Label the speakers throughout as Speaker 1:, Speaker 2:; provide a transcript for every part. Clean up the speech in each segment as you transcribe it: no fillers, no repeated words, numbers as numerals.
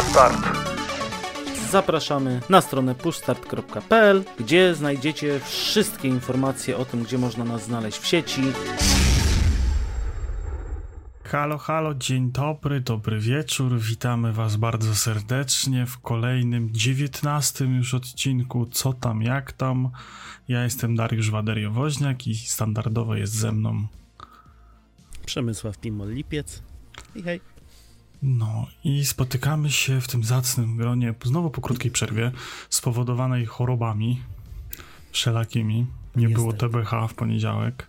Speaker 1: Start.
Speaker 2: Zapraszamy na stronę pushstart.pl, gdzie znajdziecie wszystkie informacje o tym, gdzie można nas znaleźć w sieci.
Speaker 3: Halo, halo, dzień dobry, dobry wieczór, witamy was bardzo serdecznie w kolejnym 19 już odcinku Co tam, jak tam. Ja jestem Dariusz Waderiowoźniak i standardowo jest ze mną
Speaker 2: Przemysław Pimol-Lipiec i hej.
Speaker 3: No i spotykamy się w tym zacnym gronie, znowu po krótkiej przerwie, spowodowanej chorobami wszelakimi. Nie było TBH w poniedziałek.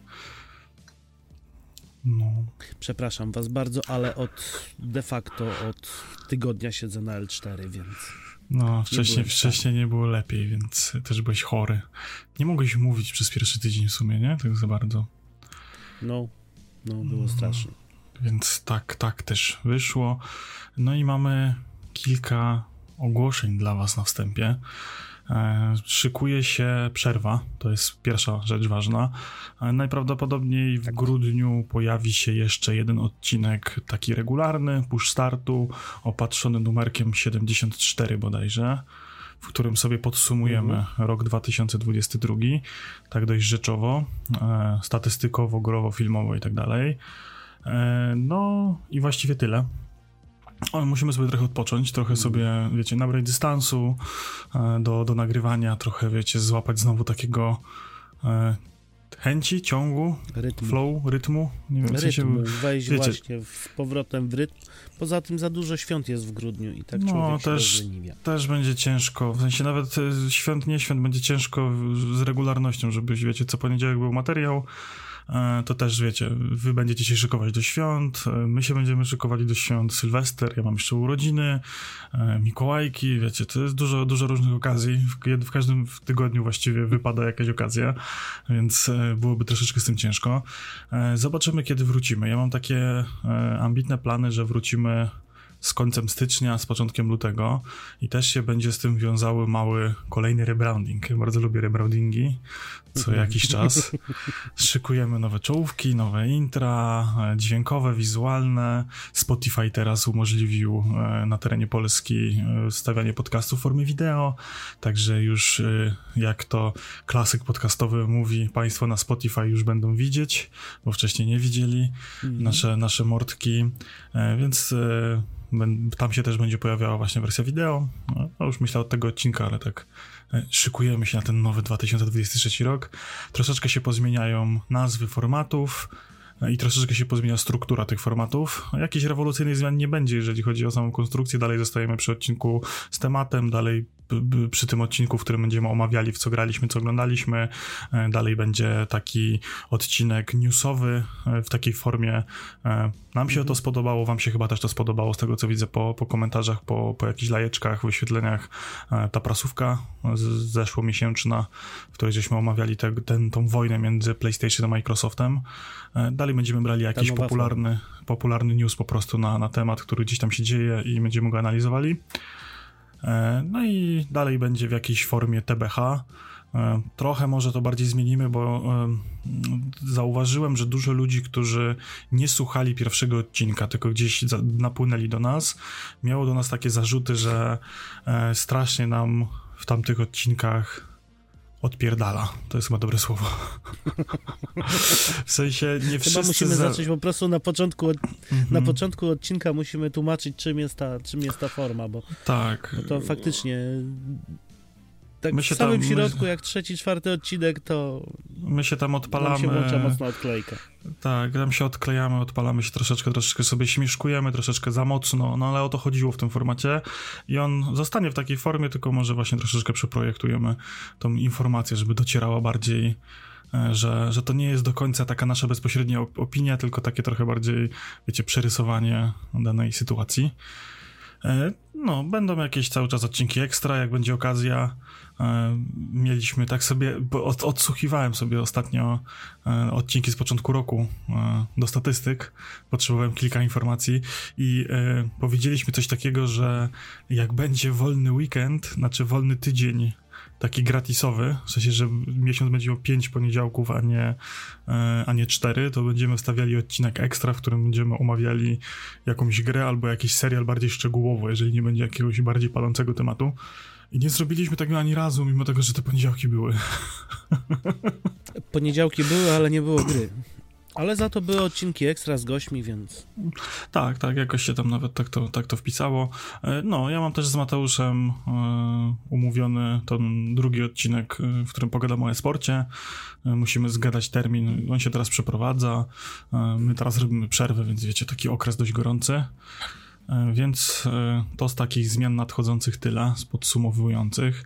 Speaker 3: No.
Speaker 2: Przepraszam was bardzo, ale de facto od tygodnia siedzę na L4, więc...
Speaker 3: No, wcześniej nie było lepiej, więc też byłeś chory. Nie mogłeś mówić przez pierwszy tydzień w sumie, nie? Tak za bardzo.
Speaker 2: No, było strasznie.
Speaker 3: Więc tak też wyszło. No i mamy kilka ogłoszeń dla was na wstępie. Szykuje się przerwa, to jest pierwsza rzecz ważna. Najprawdopodobniej w grudniu pojawi się jeszcze jeden odcinek taki regularny, push startu, opatrzony numerkiem 74 bodajże, w którym sobie podsumujemy rok 2022, tak dość rzeczowo, statystykowo, gorowo, filmowo i tak dalej. No i właściwie tyle. Musimy sobie trochę odpocząć, trochę sobie, wiecie, nabrać dystansu do nagrywania, trochę, wiecie, złapać znowu takiego chęci, ciągu, rytmu. Nie wiem,
Speaker 2: wejść właśnie z powrotem w rytm. Poza tym za dużo świąt jest w grudniu i tak człowiek się rozleniwia.
Speaker 3: Też będzie ciężko, w sensie nawet świąt, nie świąt, będzie ciężko z regularnością, żebyś, wiecie, co poniedziałek był materiał, to też, wiecie, wy będziecie się szykować do świąt, my się będziemy szykowali do świąt, Sylwester, ja mam jeszcze urodziny, Mikołajki, wiecie, to jest dużo różnych okazji, w każdym tygodniu właściwie wypada jakaś okazja, więc byłoby troszeczkę z tym ciężko. Zobaczymy, kiedy wrócimy. Ja mam takie ambitne plany, że wrócimy z końcem stycznia, z początkiem lutego i też się będzie z tym wiązały mały kolejny rebranding. Ja bardzo lubię rebrandingi co jakiś czas. Szykujemy nowe czołówki, nowe intra, dźwiękowe, wizualne. Spotify teraz umożliwił na terenie Polski stawianie podcastów w formie wideo, także już jak to klasyk podcastowy mówi, państwo na Spotify już będą widzieć, bo wcześniej nie widzieli nasze mordki, więc tam się też będzie pojawiała właśnie wersja wideo. No już myślę od tego odcinka, ale tak szykujemy się na ten nowy 2023 rok. Troszeczkę się pozmieniają nazwy formatów i troszeczkę się pozmienia struktura tych formatów. Jakiejś rewolucyjnej zmian nie będzie, jeżeli chodzi o samą konstrukcję. Dalej zostajemy przy odcinku z tematem, dalej przy tym odcinku, w którym będziemy omawiali, w co graliśmy, co oglądaliśmy. Dalej będzie taki odcinek newsowy w takiej formie. Nam się to spodobało, wam się chyba też to spodobało, z tego co widzę po komentarzach, po jakichś lajeczkach, wyświetleniach. Ta prasówka zeszłomiesięczna, w której żeśmy omawiali tą wojnę między PlayStation a Microsoftem. Dalej będziemy brali jakiś popularny news po prostu na temat, który gdzieś tam się dzieje i będziemy go analizowali. No i dalej będzie w jakiejś formie TBH. Trochę może to bardziej zmienimy, bo zauważyłem, że dużo ludzi, którzy nie słuchali pierwszego odcinka, tylko gdzieś napłynęli do nas, miało do nas takie zarzuty, że strasznie nam w tamtych odcinkach odpierdala. To jest chyba dobre słowo. W sensie nie wszyscy...
Speaker 2: Chyba musimy zacząć po prostu na początku odcinka musimy tłumaczyć, czym jest ta forma, bo,
Speaker 3: tak.
Speaker 2: Bo to faktycznie... Tak w samym środku, jak trzeci, czwarty odcinek, to...
Speaker 3: My się tam odpalamy...
Speaker 2: Tam się włącza mocno odklejka.
Speaker 3: Tak, tam się odklejamy, odpalamy się troszeczkę sobie śmieszkujemy, troszeczkę za mocno, no ale o to chodziło w tym formacie i on zostanie w takiej formie, tylko może właśnie troszeczkę przeprojektujemy tą informację, żeby docierała bardziej, że to nie jest do końca taka nasza bezpośrednia opinia, tylko takie trochę bardziej, wiecie, przerysowanie danej sytuacji. No, będą jakieś cały czas odcinki ekstra, jak będzie okazja. Mieliśmy tak sobie, bo odsłuchiwałem sobie ostatnio odcinki z początku roku do statystyk, potrzebowałem kilka informacji i powiedzieliśmy coś takiego, że jak będzie wolny weekend, znaczy wolny tydzień taki gratisowy, w sensie, że miesiąc będzie miał 5 poniedziałków, a nie 4, to będziemy wstawiali odcinek ekstra, w którym będziemy omawiali jakąś grę albo jakiś serial bardziej szczegółowo, jeżeli nie będzie jakiegoś bardziej palącego tematu. I nie zrobiliśmy tego ani razu, mimo tego, że te poniedziałki były.
Speaker 2: Poniedziałki były, ale nie było gry. Ale za to były odcinki ekstra z gośćmi, więc...
Speaker 3: Tak, jakoś się tam nawet tak to wpisało. No, ja mam też z Mateuszem umówiony ten drugi odcinek, w którym pogadamy o e-sporcie. Musimy zgadać termin, on się teraz przeprowadza. My teraz robimy przerwę, więc wiecie, taki okres dość gorący. Więc to z takich zmian nadchodzących tyle, z podsumowujących.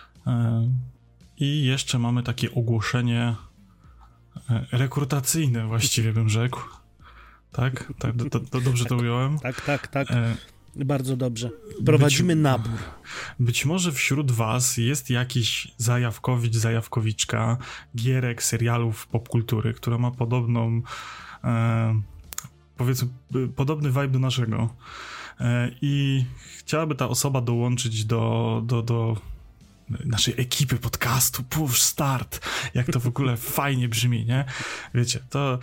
Speaker 3: I jeszcze mamy takie ogłoszenie rekrutacyjne, właściwie bym rzekł. Tak? To dobrze to ująłem?
Speaker 2: Tak. Bardzo dobrze. Prowadzimy nabór.
Speaker 3: Być może wśród was jest jakiś zajawkowicz, zajawkowiczka gierek, serialów, popkultury, która ma podobną powiedzmy, podobny vibe do naszego. I chciałaby ta osoba dołączyć do naszej ekipy podcastu Push Start. Jak to w ogóle fajnie brzmi, nie? Wiecie, to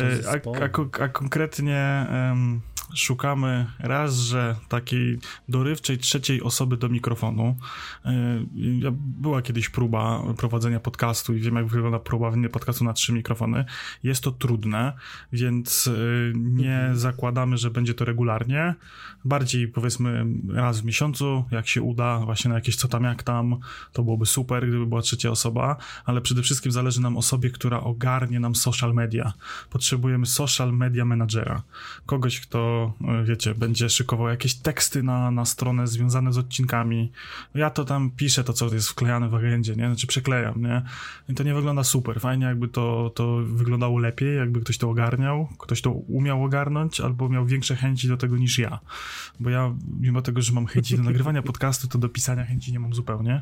Speaker 3: a konkretnie szukamy raz, że takiej dorywczej trzeciej osoby do mikrofonu. Była kiedyś próba prowadzenia podcastu i wiem, jak wygląda prowadzenie podcastu na 3 mikrofony. Jest to trudne, więc nie zakładamy, że będzie to regularnie. Bardziej powiedzmy raz w miesiącu, jak się uda, właśnie na jakieś co tam jak tam, to byłoby super, gdyby była trzecia osoba, ale przede wszystkim zależy nam osobie, która ogarnie nam social media. Potrzebujemy social media managera. Kogoś, kto wiecie, będzie szykował jakieś teksty na stronę związane z odcinkami. Ja to tam piszę, to co jest wklejane w agendzie, nie? Znaczy przeklejam, nie? I to nie wygląda super. Fajnie jakby to wyglądało lepiej, jakby ktoś to ogarniał, ktoś to umiał ogarnąć, albo miał większe chęci do tego niż ja. Bo ja, mimo tego, że mam chęci do nagrywania podcastu, to do pisania chęci nie mam zupełnie.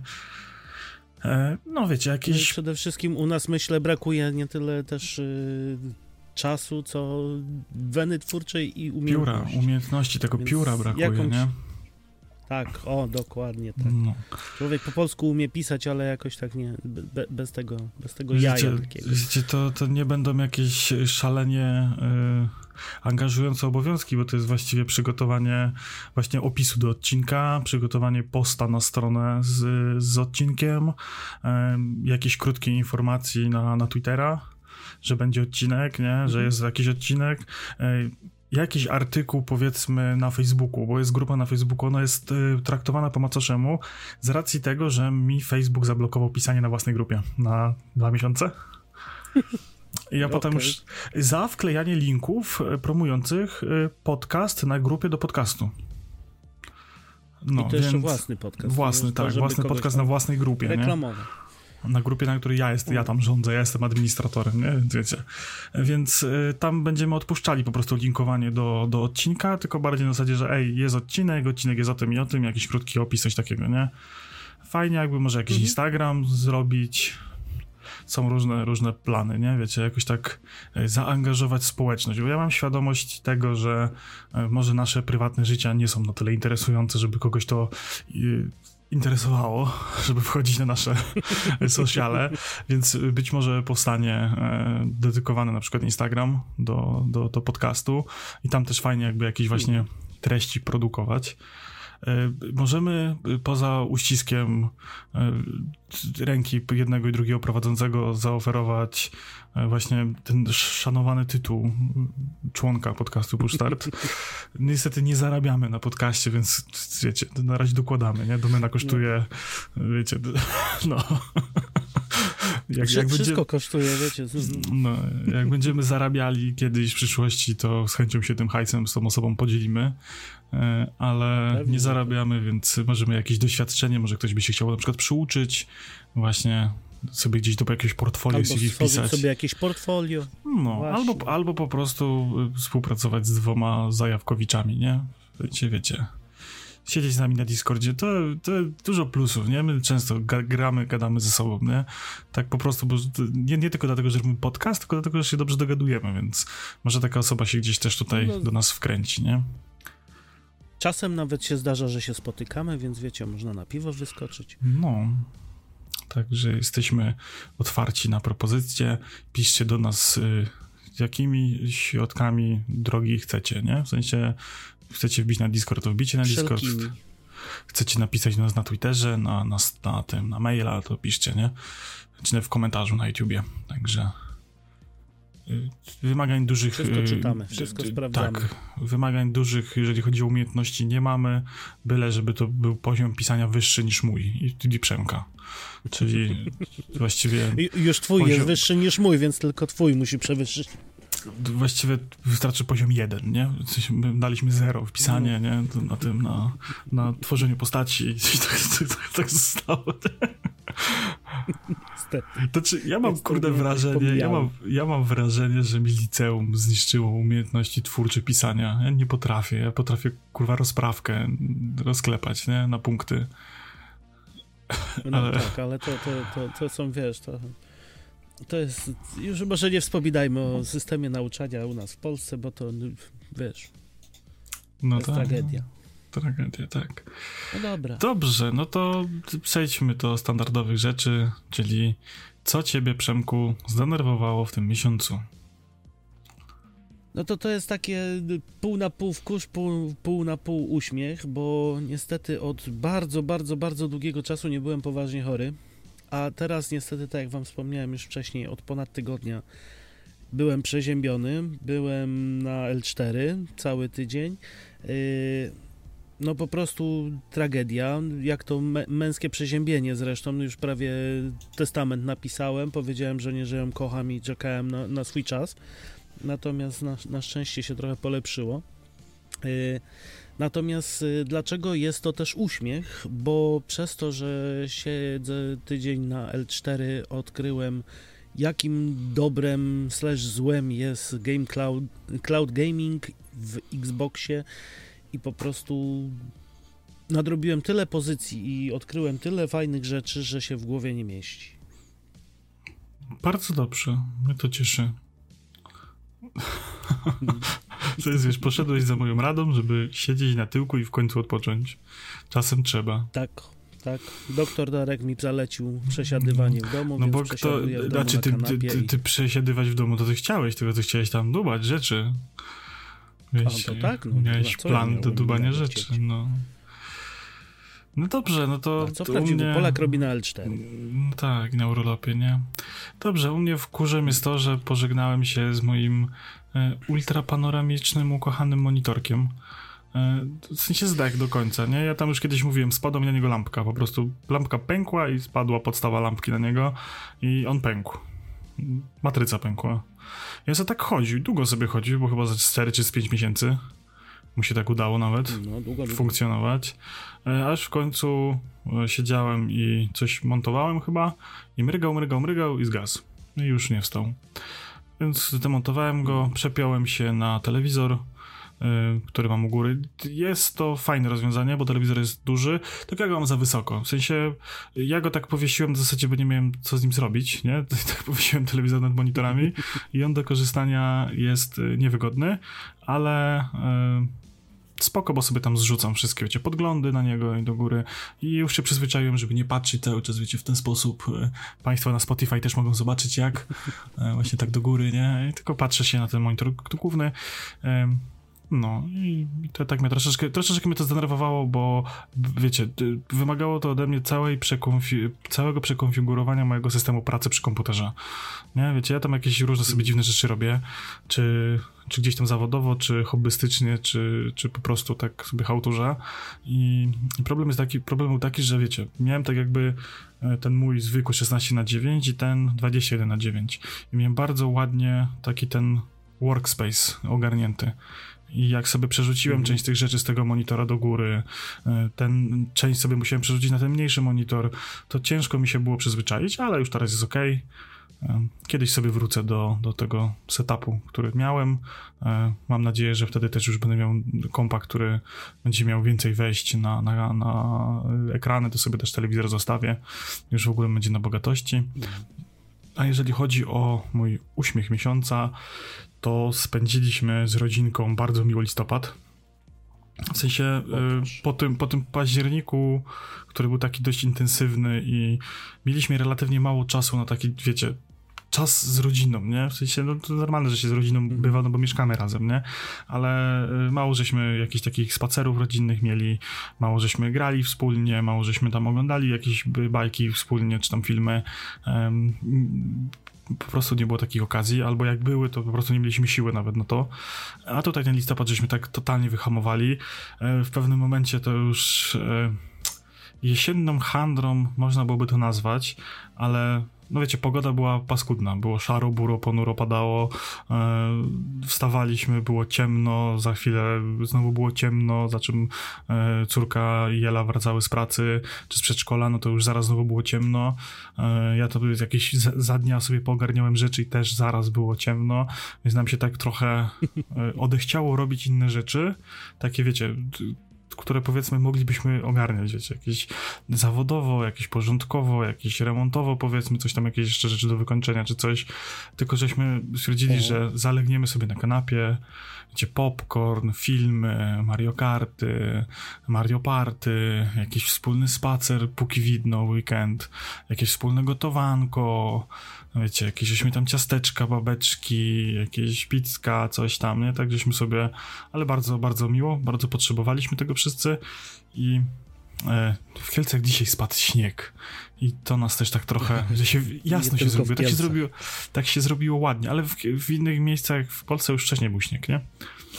Speaker 3: No wiecie, jakieś...
Speaker 2: No przede wszystkim u nas, myślę, brakuje nie tyle też czasu, co weny twórczej i umiejętności.
Speaker 3: Umiejętności, tego więc pióra brakuje, nie?
Speaker 2: Tak, dokładnie tak. No. Człowiek po polsku umie pisać, ale jakoś tak nie, bez tego jaja takiego.
Speaker 3: Wiecie, to nie będą jakieś szalenie angażujące obowiązki, bo to jest właściwie przygotowanie właśnie opisu do odcinka, przygotowanie posta na stronę z odcinkiem, jakieś krótkie informacji na Twittera, że będzie odcinek, nie? Że jest jakiś odcinek, jakiś artykuł powiedzmy na Facebooku, bo jest grupa na Facebooku, ona jest traktowana po macoszemu z racji tego, że mi Facebook zablokował pisanie na własnej grupie na 2 miesiące. I ja potem już za wklejanie linków promujących podcast na grupie do podcastu.
Speaker 2: No, i to jeszcze własny podcast.
Speaker 3: Własny podcast na własnej grupie.
Speaker 2: Reklamowy.
Speaker 3: Na grupie, na której ja tam rządzę, ja jestem administratorem, nie? Wiecie. Więc tam będziemy odpuszczali po prostu linkowanie do odcinka, tylko bardziej na zasadzie, że jest odcinek jest o tym i o tym, jakiś krótki opis, coś takiego, nie? Fajnie jakby może jakiś Instagram zrobić. Są różne plany, nie? Wiecie, jakoś tak zaangażować społeczność, bo ja mam świadomość tego, że może nasze prywatne życia nie są na tyle interesujące, żeby kogoś to interesowało, żeby wchodzić na nasze sociale, więc być może powstanie dedykowany na przykład Instagram do podcastu i tam też fajnie jakby jakieś właśnie treści produkować. Możemy poza uściskiem ręki jednego i drugiego prowadzącego zaoferować właśnie ten szanowany tytuł członka podcastu Push Start. Niestety nie zarabiamy na podcaście, więc wiecie, na razie dokładamy, nie? Domena kosztuje, wiecie, no...
Speaker 2: Wszystko kosztuje, wiecie.
Speaker 3: No, jak będziemy zarabiali kiedyś w przyszłości, to z chęcią się tym hajsem z tą osobą podzielimy, ale pewnie nie zarabiamy, więc możemy jakieś doświadczenie, może ktoś by się chciał na przykład przyuczyć, właśnie sobie gdzieś do jakiegoś portfolio CV wpisać.
Speaker 2: Sobie jakieś portfolio.
Speaker 3: No, albo po prostu współpracować z 2 zajawkowiczami, nie? Wiecie. Siedzieć z nami na Discordzie, to dużo plusów, nie? My często gadamy ze sobą, nie? Tak po prostu, bo nie tylko dlatego, że robimy podcast, tylko dlatego, że się dobrze dogadujemy, więc może taka osoba się gdzieś też tutaj do nas wkręci, nie?
Speaker 2: Czasem nawet się zdarza, że się spotykamy, więc wiecie, można na piwo wyskoczyć.
Speaker 3: No. Także jesteśmy otwarci na propozycje. Piszcie do nas jakimi środkami drogi chcecie, nie? W sensie chcecie wbić na Discord, to wbicie na Discord. Chcecie napisać do nas na Twitterze, na maila, to piszcie, nie? Czy w komentarzu na YouTubie. Także wymagań dużych...
Speaker 2: Wszystko czytamy, wszystko sprawdzamy.
Speaker 3: Tak, wymagań dużych, jeżeli chodzi o umiejętności, nie mamy, byle żeby to był poziom pisania wyższy niż mój i Przemka. Czyli właściwie...
Speaker 2: Już twój jest wyższy niż mój, więc tylko twój musi przewyższyć.
Speaker 3: Właściwie wystarczy poziom 1, nie? W sensie my daliśmy 0 w pisanie, nie? Na tworzeniu postaci i tak zostało. To czy ja mam wrażenie, ja mam wrażenie, że mi liceum zniszczyło umiejętności twórcze pisania. Ja nie potrafię. Ja potrafię rozprawkę rozklepać, nie? Na punkty.
Speaker 2: No tak, ale to są, wiesz, to jest, już może nie wspominajmy o systemie nauczania u nas w Polsce, bo to, wiesz, to jest tragedia.
Speaker 3: Tragedia, tak.
Speaker 2: No dobra.
Speaker 3: Dobrze, no to przejdźmy do standardowych rzeczy, czyli co ciebie, Przemku, zdenerwowało w tym miesiącu?
Speaker 2: No to jest takie pół na pół wkurz, pół na pół uśmiech, bo niestety od bardzo, bardzo, bardzo długiego czasu nie byłem poważnie chory, a teraz niestety, tak jak wam wspomniałem już wcześniej, od ponad tygodnia byłem przeziębiony, byłem na L4 cały tydzień. No po prostu tragedia, jak to męskie przeziębienie zresztą, już prawie testament napisałem, powiedziałem żonie, że ją kocham i czekałem na swój czas, natomiast na szczęście się trochę polepszyło. Natomiast dlaczego jest to też uśmiech? Bo przez to, że siedzę tydzień na L4, odkryłem, jakim dobrem / złem jest cloud gaming w Xboxie i po prostu nadrobiłem tyle pozycji i odkryłem tyle fajnych rzeczy, że się w głowie nie mieści.
Speaker 3: Bardzo dobrze, mnie to cieszy. To jest, wiesz, poszedłeś za moją radą, żeby siedzieć na tyłku i w końcu odpocząć. Czasem trzeba.
Speaker 2: Tak. Doktor Darek mi zalecił przesiadywanie w domu,
Speaker 3: no
Speaker 2: więc
Speaker 3: bo
Speaker 2: przesiaduję w domu
Speaker 3: znaczy
Speaker 2: ty
Speaker 3: przesiadywać w domu to ty chciałeś, tylko ty chciałeś tam dubać rzeczy. Wiesz,
Speaker 2: to tak? No,
Speaker 3: miałeś plan do dubania rzeczy, no. No dobrze, no to...
Speaker 2: A co prawdziwy Polak robi na L4?
Speaker 3: No tak, na urlopie, nie? Dobrze, u mnie wkurzem jest to, że pożegnałem się z moim ultrapanoramicznym, ukochanym monitorkiem. W sensie zdech do końca, nie? Ja tam już kiedyś mówiłem, spadła mi na niego lampka, po prostu lampka pękła i spadła podstawa lampki na niego i on pękł. Matryca pękła. Ja sobie tak chodził, długo sobie chodził, bo chyba za 4 czy z 5 miesięcy mu się tak udało nawet
Speaker 2: długo.
Speaker 3: funkcjonować. Aż w końcu siedziałem i coś montowałem chyba i mrygał i zgasł. I już nie wstał. Więc zdemontowałem go, przepiąłem się na telewizor, który mam u góry. Jest to fajne rozwiązanie, bo telewizor jest duży, tylko ja go mam za wysoko. W sensie, ja go tak powiesiłem w zasadzie, bo nie miałem co z nim zrobić, nie? Tak powiesiłem telewizor nad monitorami i on do korzystania jest niewygodny, ale spoko, bo sobie tam zrzucam wszystkie, wiecie, podglądy na niego i do góry i już się przyzwyczaiłem, żeby nie patrzeć cały czas, wiecie, w ten sposób. Państwo na Spotify też mogą zobaczyć jak, właśnie tak do góry, nie? I tylko patrzę się na ten monitor główny. No i to tak mnie troszeczkę mnie to zdenerwowało, bo wiecie, wymagało to ode mnie całego przekonfigurowania mojego systemu pracy przy komputerze. Nie, wiecie, ja tam jakieś różne sobie dziwne rzeczy robię, czy gdzieś tam zawodowo, czy hobbystycznie, czy po prostu tak sobie chałturze. I problem był taki, że wiecie, miałem tak jakby ten mój zwykły 16:9 i ten 21:9. I miałem bardzo ładnie taki ten workspace ogarnięty. I jak sobie przerzuciłem część tych rzeczy z tego monitora do góry, część sobie musiałem przerzucić na ten mniejszy monitor, to ciężko mi się było przyzwyczaić, ale już teraz jest okej. Kiedyś sobie wrócę do tego setupu, który miałem. Mam nadzieję, że wtedy też już będę miał kompa, który będzie miał więcej wejść na ekrany, to sobie też telewizor zostawię. Już w ogóle będzie na bogatości. A jeżeli chodzi o mój uśmiech miesiąca, to spędziliśmy z rodzinką bardzo miły listopad. W sensie po tym październiku, który był taki dość intensywny i mieliśmy relatywnie mało czasu na taki, wiecie, czas z rodziną, nie? W sensie, no to normalne, że się z rodziną bywa, no bo mieszkamy razem, nie? Ale mało żeśmy jakichś takich spacerów rodzinnych mieli, mało żeśmy grali wspólnie, mało żeśmy tam oglądali jakieś bajki wspólnie, czy tam filmy. Po prostu nie było takich okazji, albo jak były, to po prostu nie mieliśmy siły nawet na to. A tutaj ten listopad żeśmy tak totalnie wyhamowali. W pewnym momencie to już jesienną handrą można byłoby to nazwać, ale no wiecie, pogoda była paskudna, było szaro, buro, ponuro padało, wstawaliśmy, było ciemno, za chwilę znowu było ciemno, za czym córka i Jela wracały z pracy czy z przedszkola, no to już zaraz znowu było ciemno, ja to jakieś za dnia sobie poogarniałem rzeczy i też zaraz było ciemno, więc nam się tak trochę odechciało robić inne rzeczy, takie wiecie, które powiedzmy moglibyśmy ogarniać, wiecie, jakieś zawodowo, jakieś porządkowo, jakieś remontowo, powiedzmy, coś tam, jakieś jeszcze rzeczy do wykończenia, czy coś, tylko żeśmy stwierdzili, że zalegniemy sobie na kanapie, wiecie, popcorn, filmy, Mario Karty, Mario Party, jakiś wspólny spacer, póki widno, weekend, jakieś wspólne gotowanko, wiecie, jakieś żeśmy tam ciasteczka, babeczki, jakieś pizzka, coś tam, nie? Tak żeśmy sobie, ale bardzo, bardzo miło, bardzo potrzebowaliśmy tego wszyscy i w Kielcach dzisiaj spadł śnieg i to nas też tak trochę, że się jasno się zrobiło, tak się zrobiło ładnie, ale w innych miejscach w Polsce już wcześniej był śnieg, nie?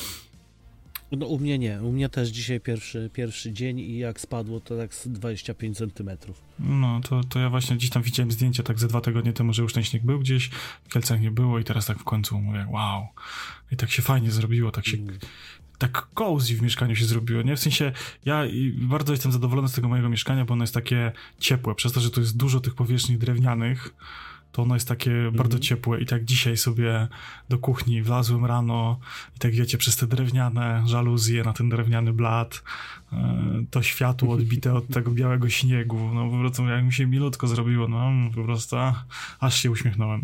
Speaker 2: No u mnie nie, u mnie też dzisiaj pierwszy dzień i jak spadło to tak z 25 centymetrów.
Speaker 3: No to ja właśnie gdzieś tam widziałem zdjęcie tak ze 2 tygodnie temu, że już ten śnieg był gdzieś, w Kielcach nie było i teraz tak w końcu mówię, wow, i tak się fajnie zrobiło, tak się tak cozy w mieszkaniu się zrobiło, nie? W sensie ja bardzo jestem zadowolony z tego mojego mieszkania, bo ono jest takie ciepłe, przez to, że tu jest dużo tych powierzchni drewnianych, to ono jest takie bardzo ciepłe i tak dzisiaj sobie do kuchni wlazłem rano i tak wiecie, przez te drewniane żaluzje na ten drewniany blat, to światło odbite od tego białego śniegu, no po prostu jak mi się milutko zrobiło, no po prostu aż się uśmiechnąłem.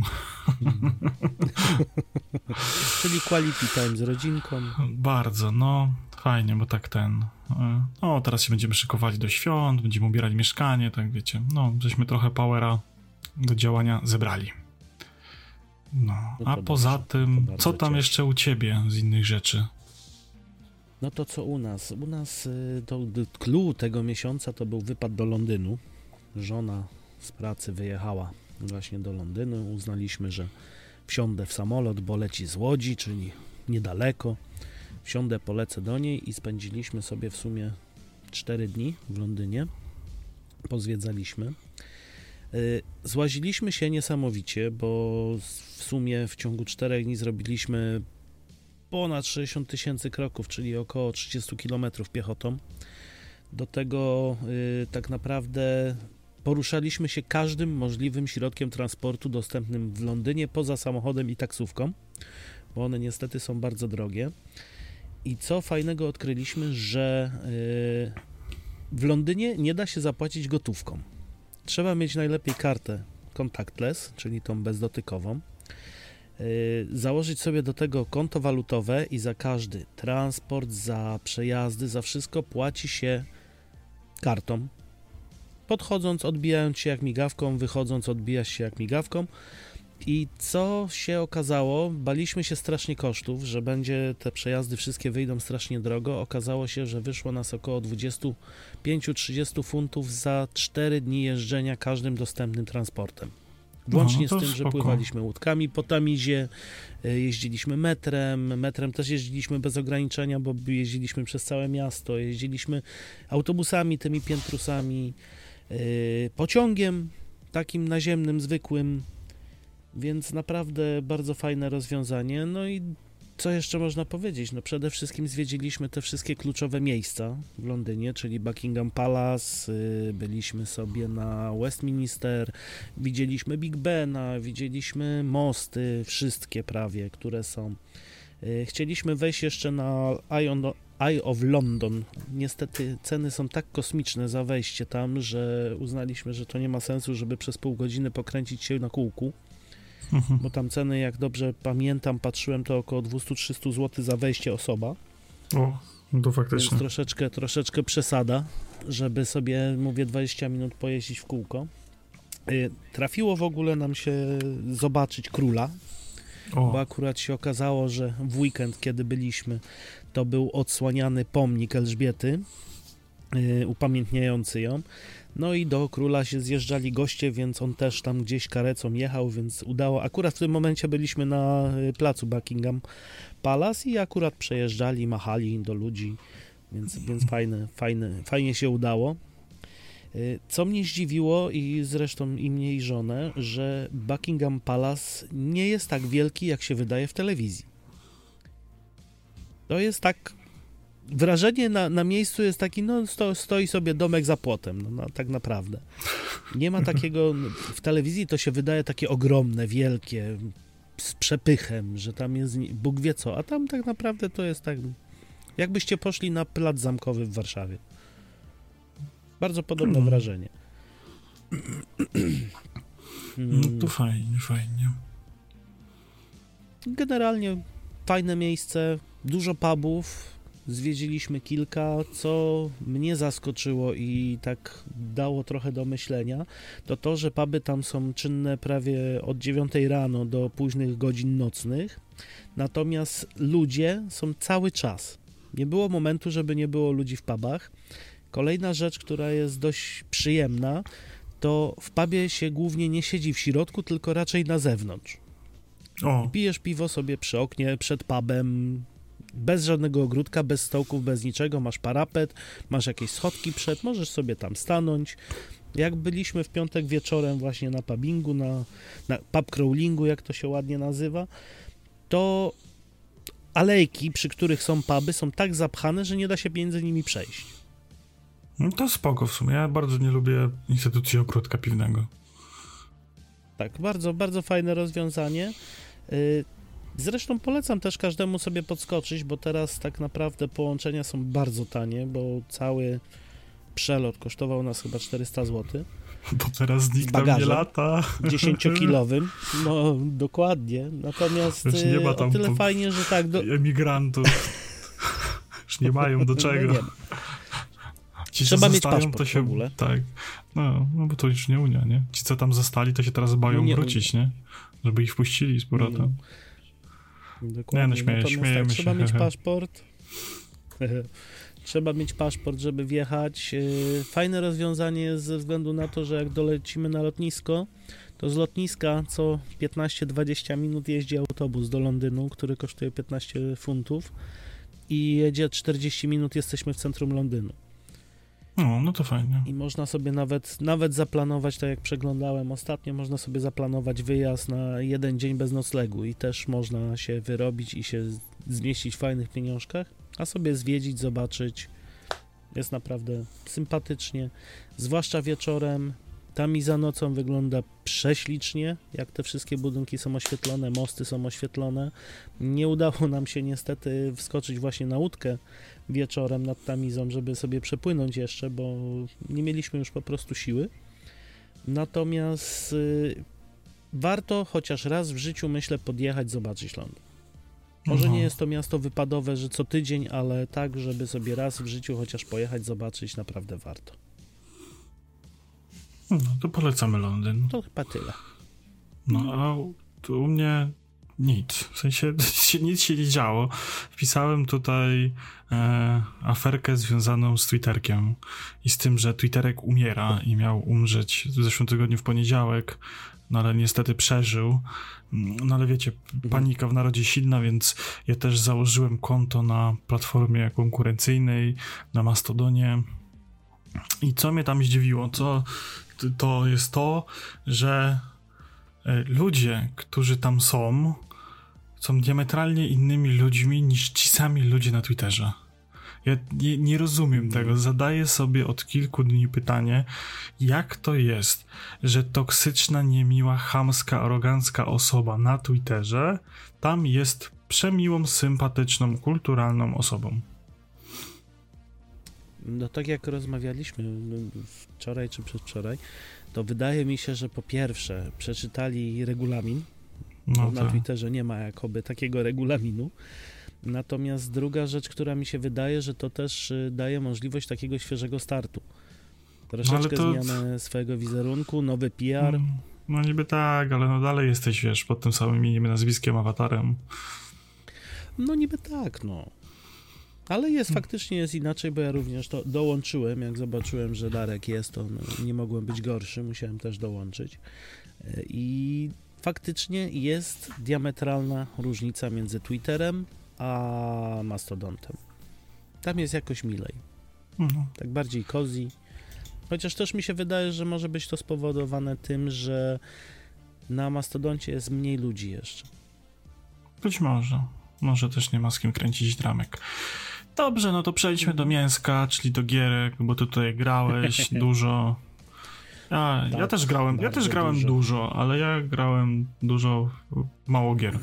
Speaker 2: Czyli quality time z rodzinką.
Speaker 3: Bardzo, no fajnie, bo tak no teraz się będziemy szykowali do świąt, będziemy ubierać mieszkanie, tak wiecie, no żeśmy trochę powera do działania zebrali. No, a poza tym, co tam jeszcze u ciebie z innych rzeczy?
Speaker 2: No to co u nas? U nas to clue tego miesiąca to był wypad do Londynu. Żona z pracy wyjechała właśnie do Londynu. Uznaliśmy, że wsiądę w samolot, bo leci z Łodzi, czyli niedaleko. Wsiądę, polecę do niej i spędziliśmy sobie w sumie 4 dni w Londynie. Pozwiedzaliśmy. Złaziliśmy się niesamowicie, bo w sumie w ciągu 4 dni zrobiliśmy ponad 60 000 kroków, czyli około 30 km piechotą. Do tego tak naprawdę poruszaliśmy się każdym możliwym środkiem transportu dostępnym w Londynie, poza samochodem i taksówką, bo one niestety są bardzo drogie. I co fajnego odkryliśmy, że w Londynie nie da się zapłacić gotówką. Trzeba mieć najlepiej kartę contactless, czyli tą bezdotykową, założyć sobie do tego konto walutowe i za każdy transport, za przejazdy, za wszystko płaci się kartą. Podchodząc, odbijając się jak migawką, wychodząc, odbijasz się jak migawką. I co się okazało? Baliśmy się strasznie kosztów, że te przejazdy wszystkie wyjdą strasznie drogo. Okazało się, że wyszło nas około 25-30 funtów za 4 dni jeżdżenia każdym dostępnym transportem. Włącznie z tym, że pływaliśmy łódkami po Tamizie, jeździliśmy metrem też jeździliśmy bez ograniczenia, bo jeździliśmy przez całe miasto, jeździliśmy autobusami, tymi piętrusami, pociągiem takim naziemnym, zwykłym, więc naprawdę bardzo fajne rozwiązanie. No i co jeszcze można powiedzieć? No przede wszystkim zwiedziliśmy te wszystkie kluczowe miejsca w Londynie, czyli Buckingham Palace, byliśmy sobie na Westminster, widzieliśmy Big Bena, widzieliśmy mosty, wszystkie prawie, które są. Chcieliśmy wejść jeszcze na Eye of London. Niestety ceny są tak kosmiczne za wejście tam, że uznaliśmy, że to nie ma sensu, żeby przez pół godziny pokręcić się na kółku. Bo tam ceny, jak dobrze pamiętam, patrzyłem, to około 200-300 zł za wejście osoba.
Speaker 3: No to
Speaker 2: Więc
Speaker 3: faktycznie.
Speaker 2: troszeczkę przesada, żeby sobie, mówię, 20 minut pojeździć w kółko. Trafiło w ogóle nam się zobaczyć króla, bo akurat się okazało, że w weekend, kiedy byliśmy, to był odsłaniany pomnik Elżbiety, upamiętniający ją. No i do króla się zjeżdżali goście, więc on też tam gdzieś karecą jechał, więc udało. Akurat w tym momencie byliśmy na placu Buckingham Palace i akurat przejeżdżali, machali do ludzi, więc fajnie się udało. Co mnie zdziwiło i zresztą i mnie i żonę, że Buckingham Palace nie jest tak wielki, jak się wydaje w telewizji. To jest tak... Wrażenie na miejscu jest taki, no stoi sobie domek za płotem, no tak naprawdę. Nie ma takiego, w telewizji to się wydaje takie ogromne, wielkie, z przepychem, że tam jest Bóg wie co, a tam tak naprawdę to jest tak, jakbyście poszli na plac zamkowy w Warszawie. Bardzo podobne wrażenie.
Speaker 3: No to fajnie.
Speaker 2: Generalnie fajne miejsce, dużo pubów, zwiedziliśmy kilka, co mnie zaskoczyło i tak dało trochę do myślenia, to, że puby tam są czynne prawie od 9 rano do późnych godzin nocnych, natomiast ludzie są cały czas. Nie było momentu, żeby nie było ludzi w pubach. Kolejna rzecz, która jest dość przyjemna, to w pubie się głównie nie siedzi w środku, tylko raczej na zewnątrz. Pijesz piwo sobie przy oknie, przed pubem, bez żadnego ogródka, bez stołków, bez niczego, masz parapet, masz jakieś schodki możesz sobie tam stanąć. Jak byliśmy w piątek wieczorem właśnie na pubingu, na pub crawlingu, jak to się ładnie nazywa, to alejki, przy których są puby, są tak zapchane, że nie da się między nimi przejść.
Speaker 3: No to spoko w sumie. Ja bardzo nie lubię instytucji ogródka piwnego.
Speaker 2: Tak, bardzo, bardzo fajne rozwiązanie. Zresztą polecam też każdemu sobie podskoczyć, bo teraz tak naprawdę połączenia są bardzo tanie, bo cały przelot kosztował nas chyba 400 zł.
Speaker 3: Bo teraz nikt tam nie lata.
Speaker 2: 10-kilowym, no dokładnie. Natomiast
Speaker 3: nie ma tam
Speaker 2: o tyle fajnie, że tak...
Speaker 3: emigrantów. Już nie mają do czego.
Speaker 2: No ci, trzeba mieć paszport
Speaker 3: to się,
Speaker 2: w ogóle.
Speaker 3: Tak, no bo to już nie Unia, nie? Ci, co tam zostali, to się teraz boją wrócić, nie? Żeby ich wpuścili z powrotem.
Speaker 2: Dokładnie.
Speaker 3: Śmiejemy się.
Speaker 2: Trzeba mieć paszport. Trzeba mieć paszport, żeby wjechać. Fajne rozwiązanie jest ze względu na to, że jak dolecimy na lotnisko, to z lotniska co 15-20 minut jeździ autobus do Londynu, który kosztuje 15 funtów i jedzie 40 minut, jesteśmy w centrum Londynu.
Speaker 3: No to fajnie.
Speaker 2: I można sobie nawet zaplanować, tak jak przeglądałem ostatnio, można sobie zaplanować wyjazd na 1 dzień bez noclegu i też można się wyrobić i się zmieścić w fajnych pieniążkach, a sobie zwiedzić, zobaczyć. Jest naprawdę sympatycznie, zwłaszcza wieczorem. Tam i za nocą wygląda prześlicznie, jak te wszystkie budynki są oświetlone, mosty są oświetlone. Nie udało nam się niestety wskoczyć właśnie na łódkę wieczorem nad Tamizą, żeby sobie przepłynąć jeszcze, bo nie mieliśmy już po prostu siły. Natomiast warto chociaż raz w życiu, myślę, podjechać, zobaczyć Londyn. Może nie jest to miasto wypadowe, że co tydzień, ale tak, żeby sobie raz w życiu chociaż pojechać, zobaczyć, naprawdę warto.
Speaker 3: No to polecamy Londyn.
Speaker 2: To chyba tyle.
Speaker 3: No a tu u mnie nic. W sensie nic się nie działo. Wpisałem tutaj aferkę związaną z Twitterkiem i z tym, że Twitterek umiera i miał umrzeć w zeszłym tygodniu w poniedziałek, no ale niestety przeżył. No ale wiecie, panika w narodzie silna, więc ja też założyłem konto na platformie konkurencyjnej, na Mastodonie. I co mnie tam zdziwiło, to jest to, że ludzie, którzy tam są diametralnie innymi ludźmi niż ci sami ludzie na Twitterze. Ja nie rozumiem tego. Zadaję sobie od kilku dni pytanie, jak to jest, że toksyczna, niemiła, chamska, arogancka osoba na Twitterze tam jest przemiłą, sympatyczną, kulturalną osobą.
Speaker 2: No tak jak rozmawialiśmy wczoraj czy przedwczoraj, to wydaje mi się, że po pierwsze przeczytali regulamin, bo na Twitterze nie ma jakoby takiego regulaminu. Natomiast druga rzecz, która mi się wydaje, że to też daje możliwość takiego świeżego startu. Troszeczkę zmiany swojego wizerunku, nowy PR.
Speaker 3: No niby tak, ale no dalej jesteś, wiesz, pod tym samym imieniem, nazwiskiem, awatarem.
Speaker 2: No niby tak, no. Ale faktycznie jest inaczej, bo ja również to dołączyłem, jak zobaczyłem, że Darek jest, to nie mogłem być gorszy, musiałem też dołączyć. I faktycznie jest diametralna różnica między Twitterem a Mastodontem. Tam jest jakoś milej. Tak bardziej cozy. Chociaż też mi się wydaje, że może być to spowodowane tym, że na Mastodoncie jest mniej ludzi jeszcze.
Speaker 3: Być może. Może też nie ma z kim kręcić dramek. Dobrze, no to przejdźmy do mięska, czyli do gierek, bo ty tutaj grałeś dużo. Ja też grałem dużo, ale ja grałem dużo, mało gier.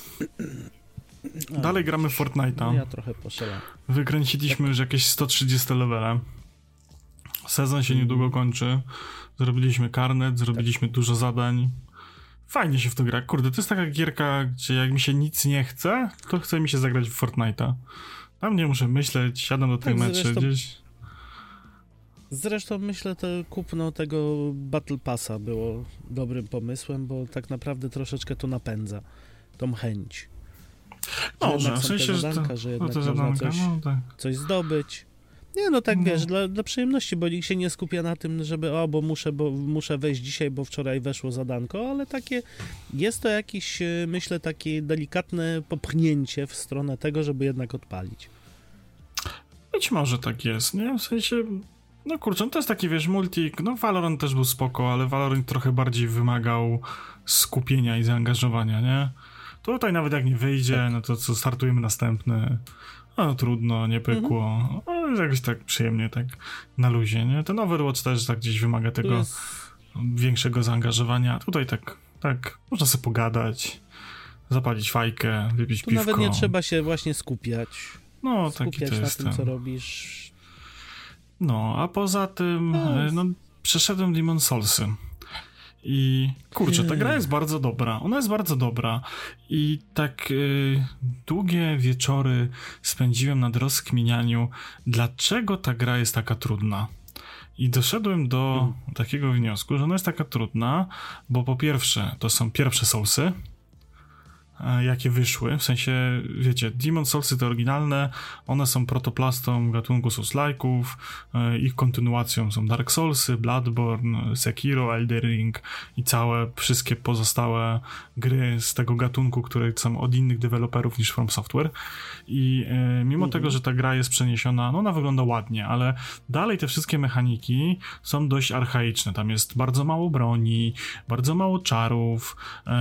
Speaker 3: Dalej gramy w Fortnite'a.
Speaker 2: No ja trochę poszedłem.
Speaker 3: Wykręciliśmy już jakieś 130 levele. Sezon się niedługo kończy. Zrobiliśmy karnet, zrobiliśmy dużo zadań. Fajnie się w to gra. Kurde, to jest taka gierka, gdzie jak mi się nic nie chce, to chce mi się zagrać w Fortnite'a. Tam nie muszę myśleć, siadam do tej meczy gdzieś.
Speaker 2: Zresztą myślę, to kupno tego Battle Passa było dobrym pomysłem, bo tak naprawdę troszeczkę to napędza tą chęć.
Speaker 3: Może, w sensie,
Speaker 2: że jednak można coś zdobyć. Nie, no tak wiesz, dla przyjemności, bo nikt się nie skupia na tym, żeby bo muszę wejść dzisiaj, bo wczoraj weszło zadanko, ale jest to jakieś, myślę, takie delikatne popchnięcie w stronę tego, żeby jednak odpalić.
Speaker 3: Być może tak jest, nie? W sensie, no kurczę, no to jest taki, wiesz, multik, no Valorant też był spoko, ale Valorant trochę bardziej wymagał skupienia i zaangażowania, nie? Tutaj nawet jak nie wyjdzie, no to co, startujemy następny. No trudno, nie pykło. Ale jakoś tak przyjemnie, tak na luzie, nie? Ten Overwatch też tak gdzieś wymaga tego większego zaangażowania. Tutaj tak, można sobie pogadać, zapalić fajkę, wypić piwko.
Speaker 2: Nawet nie trzeba się właśnie skupiać.
Speaker 3: No, taki to
Speaker 2: na
Speaker 3: jest
Speaker 2: tym, co robisz.
Speaker 3: No, a poza tym, przeszedłem Demon's Soulsy. I kurczę, ta gra jest bardzo dobra. Ona jest bardzo dobra. I tak długie wieczory spędziłem nad rozkminianiu, dlaczego ta gra jest taka trudna. I doszedłem do takiego wniosku, że ona jest taka trudna, bo po pierwsze, to są pierwsze Soulsy, jakie wyszły, w sensie, wiecie, Demon's Soulsy te oryginalne, one są protoplastą gatunku Souls-like'ów, ich kontynuacją są Dark Soulsy, Bloodborne, Sekiro, Elden Ring i wszystkie pozostałe gry z tego gatunku, które są od innych deweloperów niż From Software. I mimo tego, że ta gra jest przeniesiona, no ona wygląda ładnie, ale dalej te wszystkie mechaniki są dość archaiczne. Tam jest bardzo mało broni, bardzo mało czarów,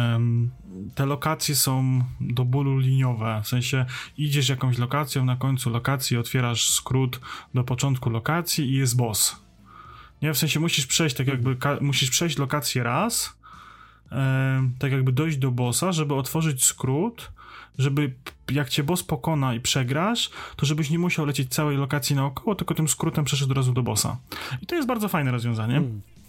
Speaker 3: te lokacje są do bólu liniowe, w sensie idziesz jakąś lokacją, na końcu lokacji otwierasz skrót do początku lokacji i jest boss. Nie, w sensie musisz przejść tak jakby, musisz przejść lokację raz, tak jakby dojść do bossa, żeby otworzyć skrót, żeby jak cię boss pokona i przegrasz, to żebyś nie musiał lecieć całej lokacji naokoło, tylko tym skrótem przeszedł od razu do bossa. I to jest bardzo fajne rozwiązanie.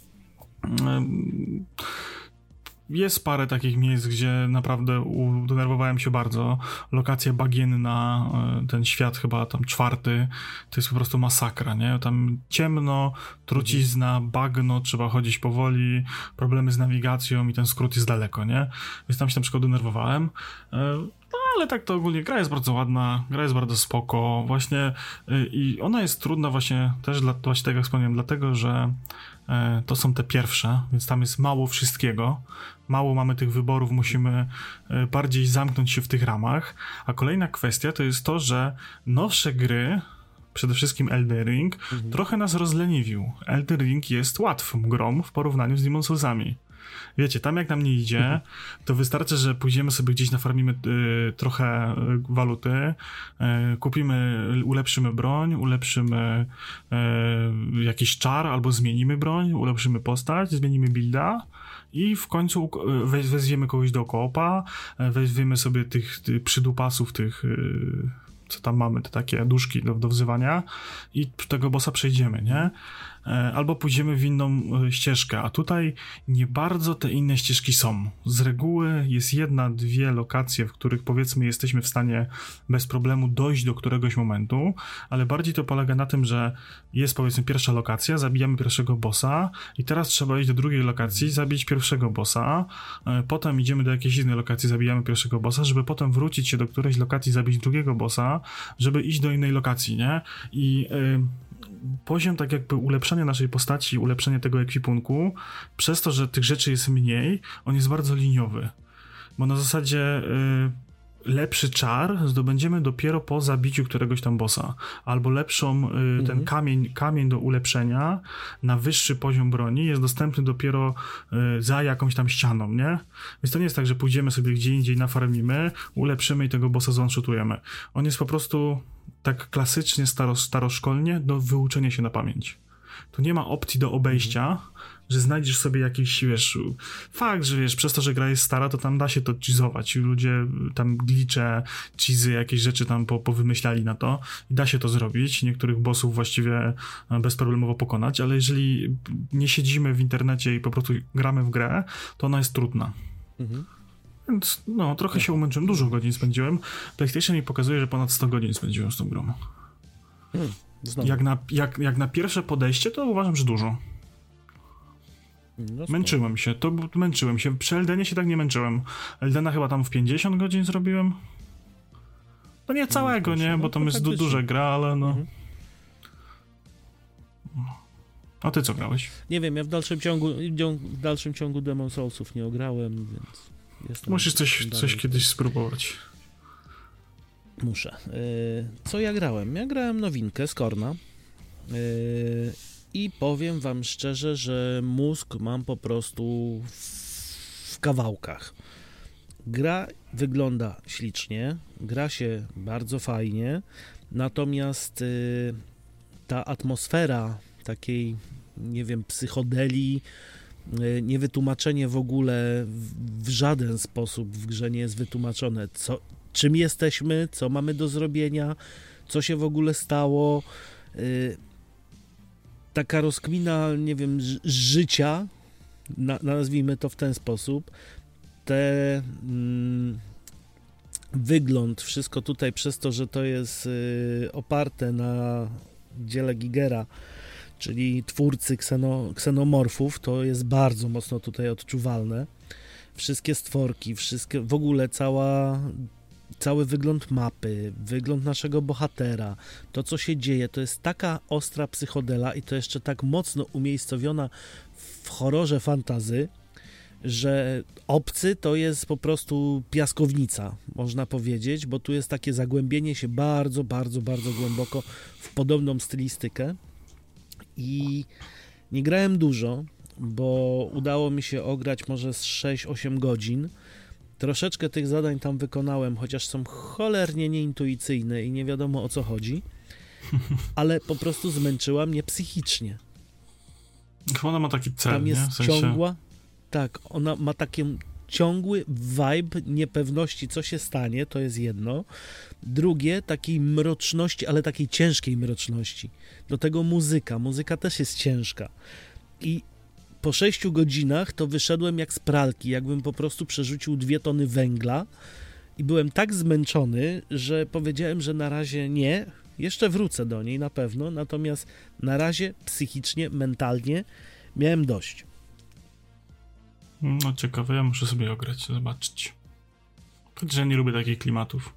Speaker 3: Jest parę takich miejsc, gdzie naprawdę denerwowałem się bardzo. Lokacja bagienna, ten świat chyba tam 4, to jest po prostu masakra, nie? Tam ciemno, trucizna, bagno, trzeba chodzić powoli, problemy z nawigacją i ten skrót jest daleko, nie? Więc tam się na przykład denerwowałem. No ale tak to ogólnie gra jest bardzo ładna, gra jest bardzo spoko, właśnie i ona jest trudna właśnie też, właśnie tak jak wspomniałem, dlatego, że to są te pierwsze, więc tam jest mało wszystkiego, mało mamy tych wyborów, musimy bardziej zamknąć się w tych ramach, a kolejna kwestia to jest to, że nowsze gry, przede wszystkim Elden Ring, trochę nas rozleniwił. Elden Ring jest łatwą grą w porównaniu z Demon's Soulsami. Wiecie, tam jak nam nie idzie, to wystarczy, że pójdziemy sobie gdzieś nafarmimy trochę waluty, ulepszymy broń, ulepszymy jakiś czar, albo zmienimy broń, ulepszymy postać, zmienimy builda i w końcu wezwiemy kogoś do koopa, weźmiemy sobie tych przydupasów, co tam mamy, te takie duszki do wzywania i tego bossa przejdziemy, nie? albo pójdziemy w inną ścieżkę, a tutaj nie bardzo te inne ścieżki są. Z reguły jest jedna, dwie lokacje, w których powiedzmy jesteśmy w stanie bez problemu dojść do któregoś momentu, ale bardziej to polega na tym, że jest powiedzmy pierwsza lokacja, zabijamy pierwszego bossa i teraz trzeba iść do drugiej lokacji, zabić pierwszego bossa, potem idziemy do jakiejś innej lokacji, zabijamy pierwszego bossa, żeby potem wrócić się do którejś lokacji, zabić drugiego bossa, żeby iść do innej lokacji, nie? I poziom tak jakby ulepszenia naszej postaci, ulepszenia tego ekwipunku, przez to, że tych rzeczy jest mniej, on jest bardzo liniowy. Bo na zasadzie lepszy czar zdobędziemy dopiero po zabiciu któregoś tam bossa. Albo lepszą, ten kamień do ulepszenia na wyższy poziom broni jest dostępny dopiero za jakąś tam ścianą, nie? Więc to nie jest tak, że pójdziemy sobie gdzie indziej, nafarmimy, ulepszymy i tego bossa zone-shootujemy. On jest po prostu tak klasycznie, staroszkolnie do wyuczenia się na pamięć. Tu nie ma opcji do obejścia, że znajdziesz sobie jakiś, wiesz, fakt, że wiesz, przez to, że gra jest stara, to tam da się to cheezować. Ludzie tam glitche, cheesy, jakieś rzeczy tam powymyślali na to i da się to zrobić. Niektórych bossów właściwie bezproblemowo pokonać, ale jeżeli nie siedzimy w internecie i po prostu gramy w grę, to ona jest trudna. Więc no, trochę się umęczyłem, dużo godzin spędziłem. PlayStation mi pokazuje, że ponad 100 godzin spędziłem z tą grą. Jak na pierwsze podejście, to uważam, że dużo. No męczyłem się. Przy Eldenie się tak nie męczyłem. Eldena chyba tam w 50 godzin zrobiłem. No nie całego, nie, bo tam jest duża gra, ale no. A ty co grałeś?
Speaker 2: Nie wiem, ja w dalszym ciągu Demon Soulsów nie ograłem, więc jestem...
Speaker 3: Musisz coś kiedyś spróbować.
Speaker 2: Muszę. Co ja grałem? Ja grałem nowinkę z Korna. I powiem wam szczerze, że mózg mam po prostu w kawałkach. Gra wygląda ślicznie, gra się bardzo fajnie, natomiast ta atmosfera takiej, nie wiem, psychodelii, niewytłumaczenie w ogóle w żaden sposób w grze nie jest wytłumaczone, czym jesteśmy, co mamy do zrobienia, co się w ogóle stało. Taka rozkmina, nie wiem, życia, nazwijmy to w ten sposób, wygląd, wszystko tutaj przez to, że to jest oparte na dziele Gigera, czyli twórcy ksenomorfów, to jest bardzo mocno tutaj odczuwalne. Wszystkie stworki, w ogóle cały wygląd mapy, wygląd naszego bohatera, to co się dzieje, to jest taka ostra psychodela i to jeszcze tak mocno umiejscowiona w horrorze fantasy, że Obcy to jest po prostu piaskownica, można powiedzieć, bo tu jest takie zagłębienie się bardzo, bardzo, bardzo głęboko w podobną stylistykę i nie grałem dużo, bo udało mi się ograć może z 6-8 godzin. Troszeczkę tych zadań tam wykonałem, chociaż są cholernie nieintuicyjne i nie wiadomo o co chodzi, ale po prostu zmęczyła mnie psychicznie.
Speaker 3: Chyba ona ma taki cel,
Speaker 2: tam jest
Speaker 3: nie? W sensie...
Speaker 2: ciągła, tak, ona ma taki ciągły vibe niepewności, co się stanie, to jest jedno. Drugie, takiej mroczności, ale takiej ciężkiej mroczności. Do tego muzyka też jest ciężka. I po 6 godzinach to wyszedłem jak z pralki, jakbym po prostu przerzucił 2 tony węgla i byłem tak zmęczony, że powiedziałem, że na razie nie, jeszcze wrócę do niej na pewno, natomiast na razie psychicznie, mentalnie miałem dość.
Speaker 3: No ciekawe, ja muszę sobie ograć, zobaczyć. Choć ja nie lubię takich klimatów.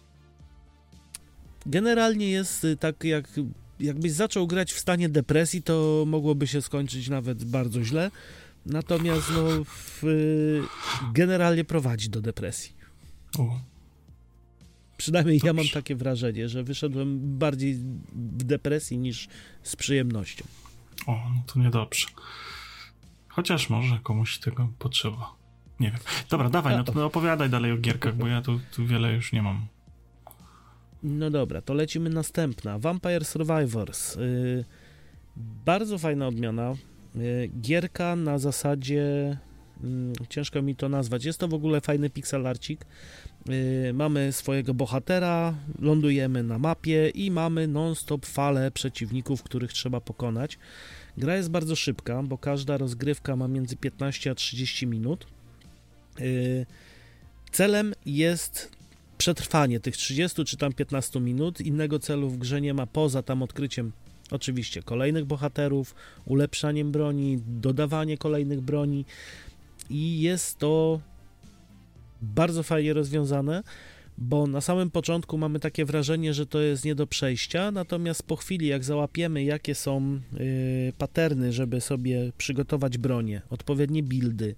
Speaker 2: Generalnie jest tak, jakbyś zaczął grać w stanie depresji, to mogłoby się skończyć nawet bardzo źle. Natomiast generalnie prowadzi do depresji. Przynajmniej ja mam takie wrażenie, że wyszedłem bardziej w depresji niż z przyjemnością.
Speaker 3: No to niedobrze. Chociaż może komuś tego potrzeba. Nie wiem. Dobra, dawaj, no to opowiadaj dalej o gierkach, bo ja tu wiele już nie mam.
Speaker 2: No dobra, to lecimy następna. Vampire Survivors. Bardzo fajna odmiana. Gierka na zasadzie ciężko mi to nazwać. Jest to w ogóle fajny pixelarcik. Mamy swojego bohatera, lądujemy na mapie i mamy non-stop falę przeciwników, których trzeba pokonać. Gra jest bardzo szybka, bo każda rozgrywka ma między 15 a 30 minut. Celem jest przetrwanie tych 30 czy tam 15 minut. Innego celu w grze nie ma poza tam odkryciem oczywiście kolejnych bohaterów, ulepszaniem broni, dodawanie kolejnych broni i jest to bardzo fajnie rozwiązane, bo na samym początku mamy takie wrażenie, że to jest nie do przejścia, natomiast po chwili jak załapiemy, jakie są paterny, żeby sobie przygotować bronię, odpowiednie buildy,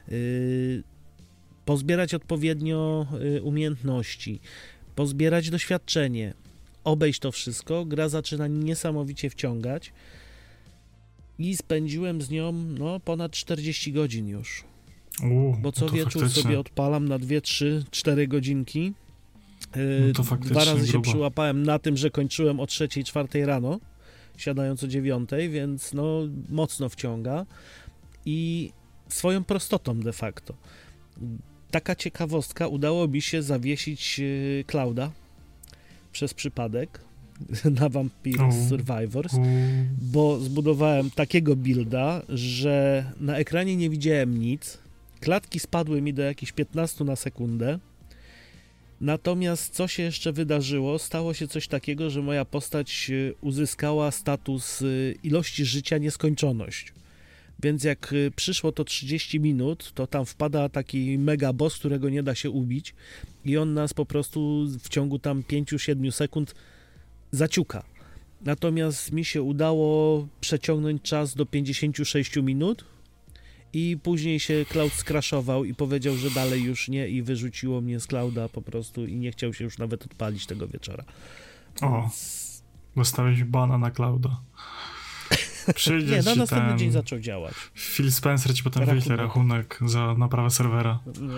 Speaker 2: pozbierać odpowiednio umiejętności, pozbierać doświadczenie, obejść to wszystko, gra zaczyna niesamowicie wciągać i spędziłem z nią ponad 40 godzin już. Bo co wieczór faktycznie sobie odpalam na 2, 3, 4 godzinki. Dwa razy się przyłapałem na tym, że kończyłem o 3, 4 rano, siadając o 9, więc mocno wciąga i swoją prostotą de facto. Taka ciekawostka, udało mi się zawiesić Clouda przez przypadek na Vampire Survivors, bo zbudowałem takiego builda, że na ekranie nie widziałem nic, klatki spadły mi do jakichś 15 na sekundę, natomiast co się jeszcze wydarzyło? Stało się coś takiego, że moja postać uzyskała status ilości życia nieskończoność. Więc jak przyszło to 30 minut, to tam wpada taki mega boss, którego nie da się ubić i on nas po prostu w ciągu tam 5-7 sekund zaciuka. Natomiast mi się udało przeciągnąć czas do 56 minut i później się Cloud skraszował i powiedział, że dalej już nie i wyrzuciło mnie z Clouda po prostu i nie chciał się już nawet odpalić tego wieczora.
Speaker 3: Dostałeś bana na Clouda. Przyjdzie
Speaker 2: nie, na następny dzień zaczął działać.
Speaker 3: Phil Spencer ci potem wyśle rachunek za naprawę serwera.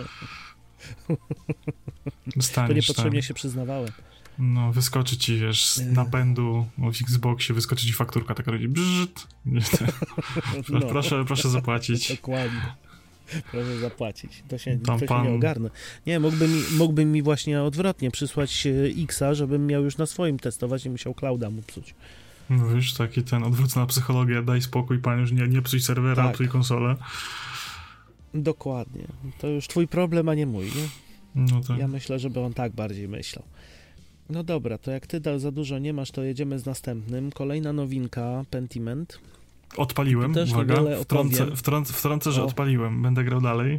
Speaker 2: To niepotrzebnie się przyznawałem.
Speaker 3: Wyskoczy ci, wiesz, z napędu w Xboxie, wyskoczy ci fakturka, taka robi brzyt. Proszę zapłacić.
Speaker 2: Dokładnie. Proszę zapłacić. To się nie ogarnę. Nie, mógłby mi właśnie odwrotnie przysłać X-a, żebym miał już na swoim testować i musiał Clouda mu psuć.
Speaker 3: Wiesz, taki odwrócona psychologia, daj spokój, pan już nie psuj serwera, psuj konsolę.
Speaker 2: Dokładnie. To już twój problem, a nie mój, nie?
Speaker 3: Tak.
Speaker 2: Ja myślę, żeby on tak bardziej myślał. No dobra, to jak ty za dużo nie masz, to jedziemy z następnym. Kolejna nowinka, Pentiment.
Speaker 3: Odpaliłem, uwaga, wtrącę, że odpaliłem, będę grał dalej.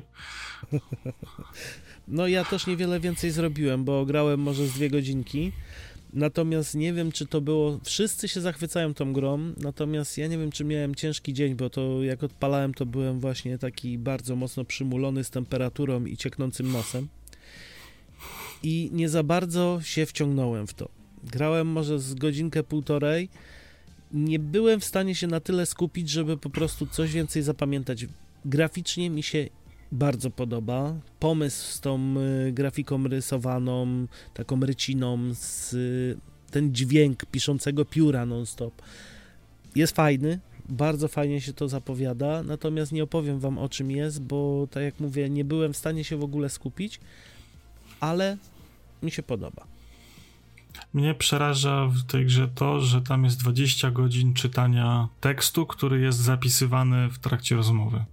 Speaker 2: Ja też niewiele więcej zrobiłem, bo grałem może z 2 godzinki. Natomiast nie wiem, czy to było... Wszyscy się zachwycają tą grą, natomiast ja nie wiem, czy miałem ciężki dzień, bo to jak odpalałem, to byłem właśnie taki bardzo mocno przymulony z temperaturą i cieknącym nosem. I nie za bardzo się wciągnąłem w to. Grałem może z godzinkę, półtorej. Nie byłem w stanie się na tyle skupić, żeby po prostu coś więcej zapamiętać. Graficznie mi się bardzo podoba. Pomysł z tą grafiką rysowaną, taką ryciną, ten dźwięk piszącego pióra non-stop jest fajny, bardzo fajnie się to zapowiada, natomiast nie opowiem wam o czym jest, bo tak jak mówię, nie byłem w stanie się w ogóle skupić, ale mi się podoba.
Speaker 3: Mnie przeraża w tej grze to, że tam jest 20 godzin czytania tekstu, który jest zapisywany w trakcie rozmowy.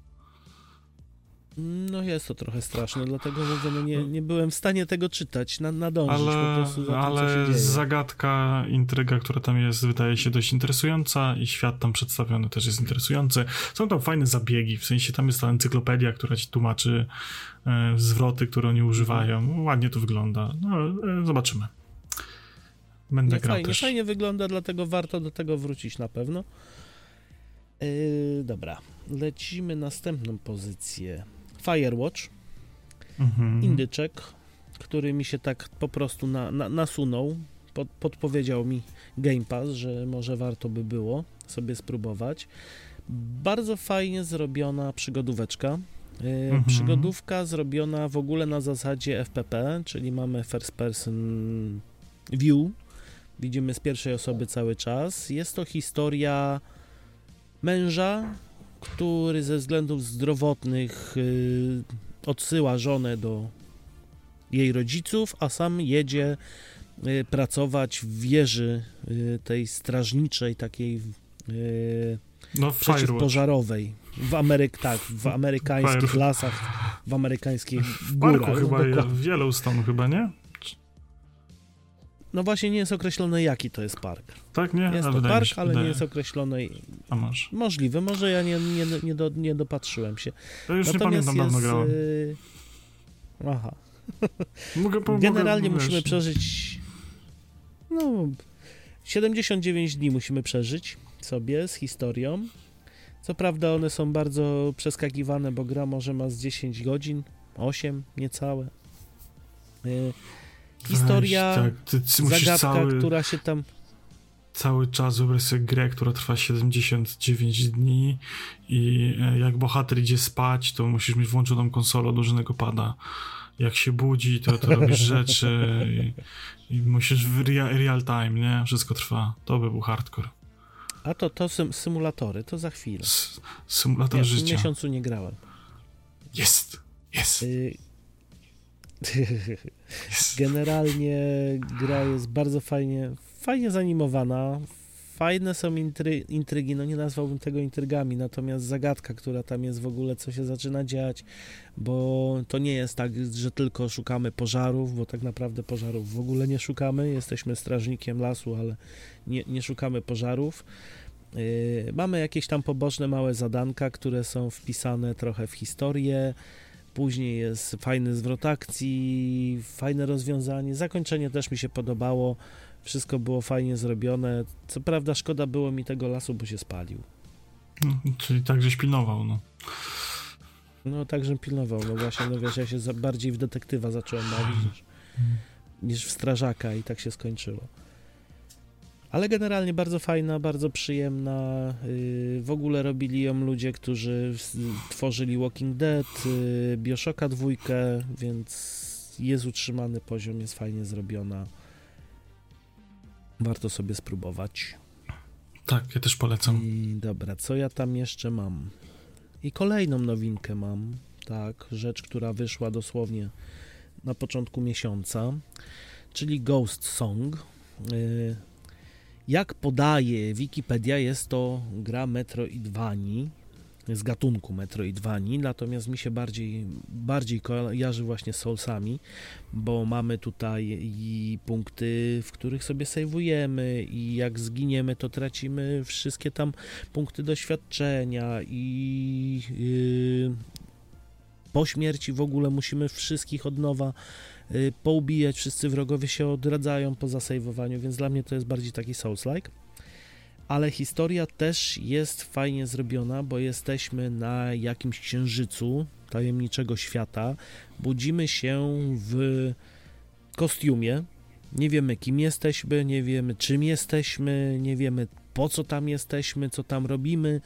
Speaker 2: Jest to trochę straszne, dlatego mówię, nie byłem w stanie tego czytać, nadążyć po prostu za tym, co się dzieje.
Speaker 3: Zagadka, intryga, która tam jest, wydaje się dość interesująca i świat tam przedstawiony też jest interesujący. Są tam fajne zabiegi, w sensie tam jest ta encyklopedia, która ci tłumaczy zwroty, które oni używają. Ładnie to wygląda. Zobaczymy. Będę grał też.
Speaker 2: Fajnie wygląda, dlatego warto do tego wrócić na pewno. Dobra, lecimy następną pozycję. Firewatch, indyczek, który mi się tak po prostu nasunął, podpowiedział mi Game Pass, że może warto by było sobie spróbować. Bardzo fajnie zrobiona przygodóweczka. Przygodówka zrobiona w ogóle na zasadzie FPP, czyli mamy first person view, widzimy z pierwszej osoby cały czas. Jest to historia męża który ze względów zdrowotnych odsyła żonę do jej rodziców, a sam jedzie pracować w wieży tej strażniczej, takiej przeciwpożarowej w amerykańskich lasach, w amerykańskich górach.
Speaker 3: Parku chyba w Yellowstone chyba, nie?
Speaker 2: No właśnie nie jest określone, jaki to jest park.
Speaker 3: Tak, nie?
Speaker 2: Jest to park, ale nie jest określone.
Speaker 3: A masz.
Speaker 2: Możliwe, może ja nie dopatrzyłem się.
Speaker 3: To już natomiast nie pamiętam, dawno grałem.
Speaker 2: Aha. Generalnie musimy przeżyć 79 dni musimy przeżyć sobie z historią. Co prawda one są bardzo przeskakiwane, bo gra może ma z 10 godzin, 8 niecałe. Historia,
Speaker 3: tak,
Speaker 2: zagadka, która się tam...
Speaker 3: Cały czas wyobraź sobie grę, która trwa 79 dni i jak bohater idzie spać, to musisz mieć włączoną konsolę od różnego pada. Jak się budzi, to robisz rzeczy i musisz w real time, nie? Wszystko trwa. To by był hardcore.
Speaker 2: A to symulatory, to za chwilę.
Speaker 3: Symulator życia.
Speaker 2: W miesiącu nie grałem.
Speaker 3: Jest.
Speaker 2: Generalnie gra jest bardzo fajnie zanimowana, fajne są intrygi, no nie nazwałbym tego intrygami, natomiast zagadka, która tam jest w ogóle, co się zaczyna dziać, bo to nie jest tak, że tylko szukamy pożarów, bo tak naprawdę pożarów w ogóle nie szukamy, jesteśmy strażnikiem lasu, ale nie szukamy pożarów. Mamy jakieś tam poboczne małe zadanka, które są wpisane trochę w historię. Później jest fajny zwrot akcji, fajne rozwiązanie. Zakończenie też mi się podobało. Wszystko było fajnie zrobione. Co prawda szkoda było mi tego lasu, bo się spalił.
Speaker 3: Czyli tak, żeś pilnował, no.
Speaker 2: No tak, żem pilnował. No właśnie, no wiesz, ja się bardziej w detektywa zacząłem bawić niż w strażaka i tak się skończyło. Ale generalnie bardzo fajna, bardzo przyjemna. W ogóle robili ją ludzie, którzy tworzyli Walking Dead, Bioshocka 2, więc jest utrzymany poziom, jest fajnie zrobiona. Warto sobie spróbować.
Speaker 3: Tak, ja też polecam.
Speaker 2: I dobra, co ja tam jeszcze mam? I kolejną nowinkę mam, tak, rzecz, która wyszła dosłownie na początku miesiąca, czyli Ghost Song. Jak podaje Wikipedia, jest to gra Metroidvanii, z gatunku Metroidvanii, natomiast mi się bardziej kojarzy właśnie z Soulsami, bo mamy tutaj i punkty, w których sobie sejwujemy i jak zginiemy, to tracimy wszystkie tam punkty doświadczenia i po śmierci w ogóle musimy wszystkich od nowa poubijać, wszyscy wrogowie się odradzają po zasejwowaniu, więc dla mnie to jest bardziej taki Souls-like. Ale historia też jest fajnie zrobiona, bo jesteśmy na jakimś księżycu tajemniczego świata, budzimy się w kostiumie, nie wiemy kim jesteśmy, nie wiemy czym jesteśmy, nie wiemy po co tam jesteśmy, co tam robimy.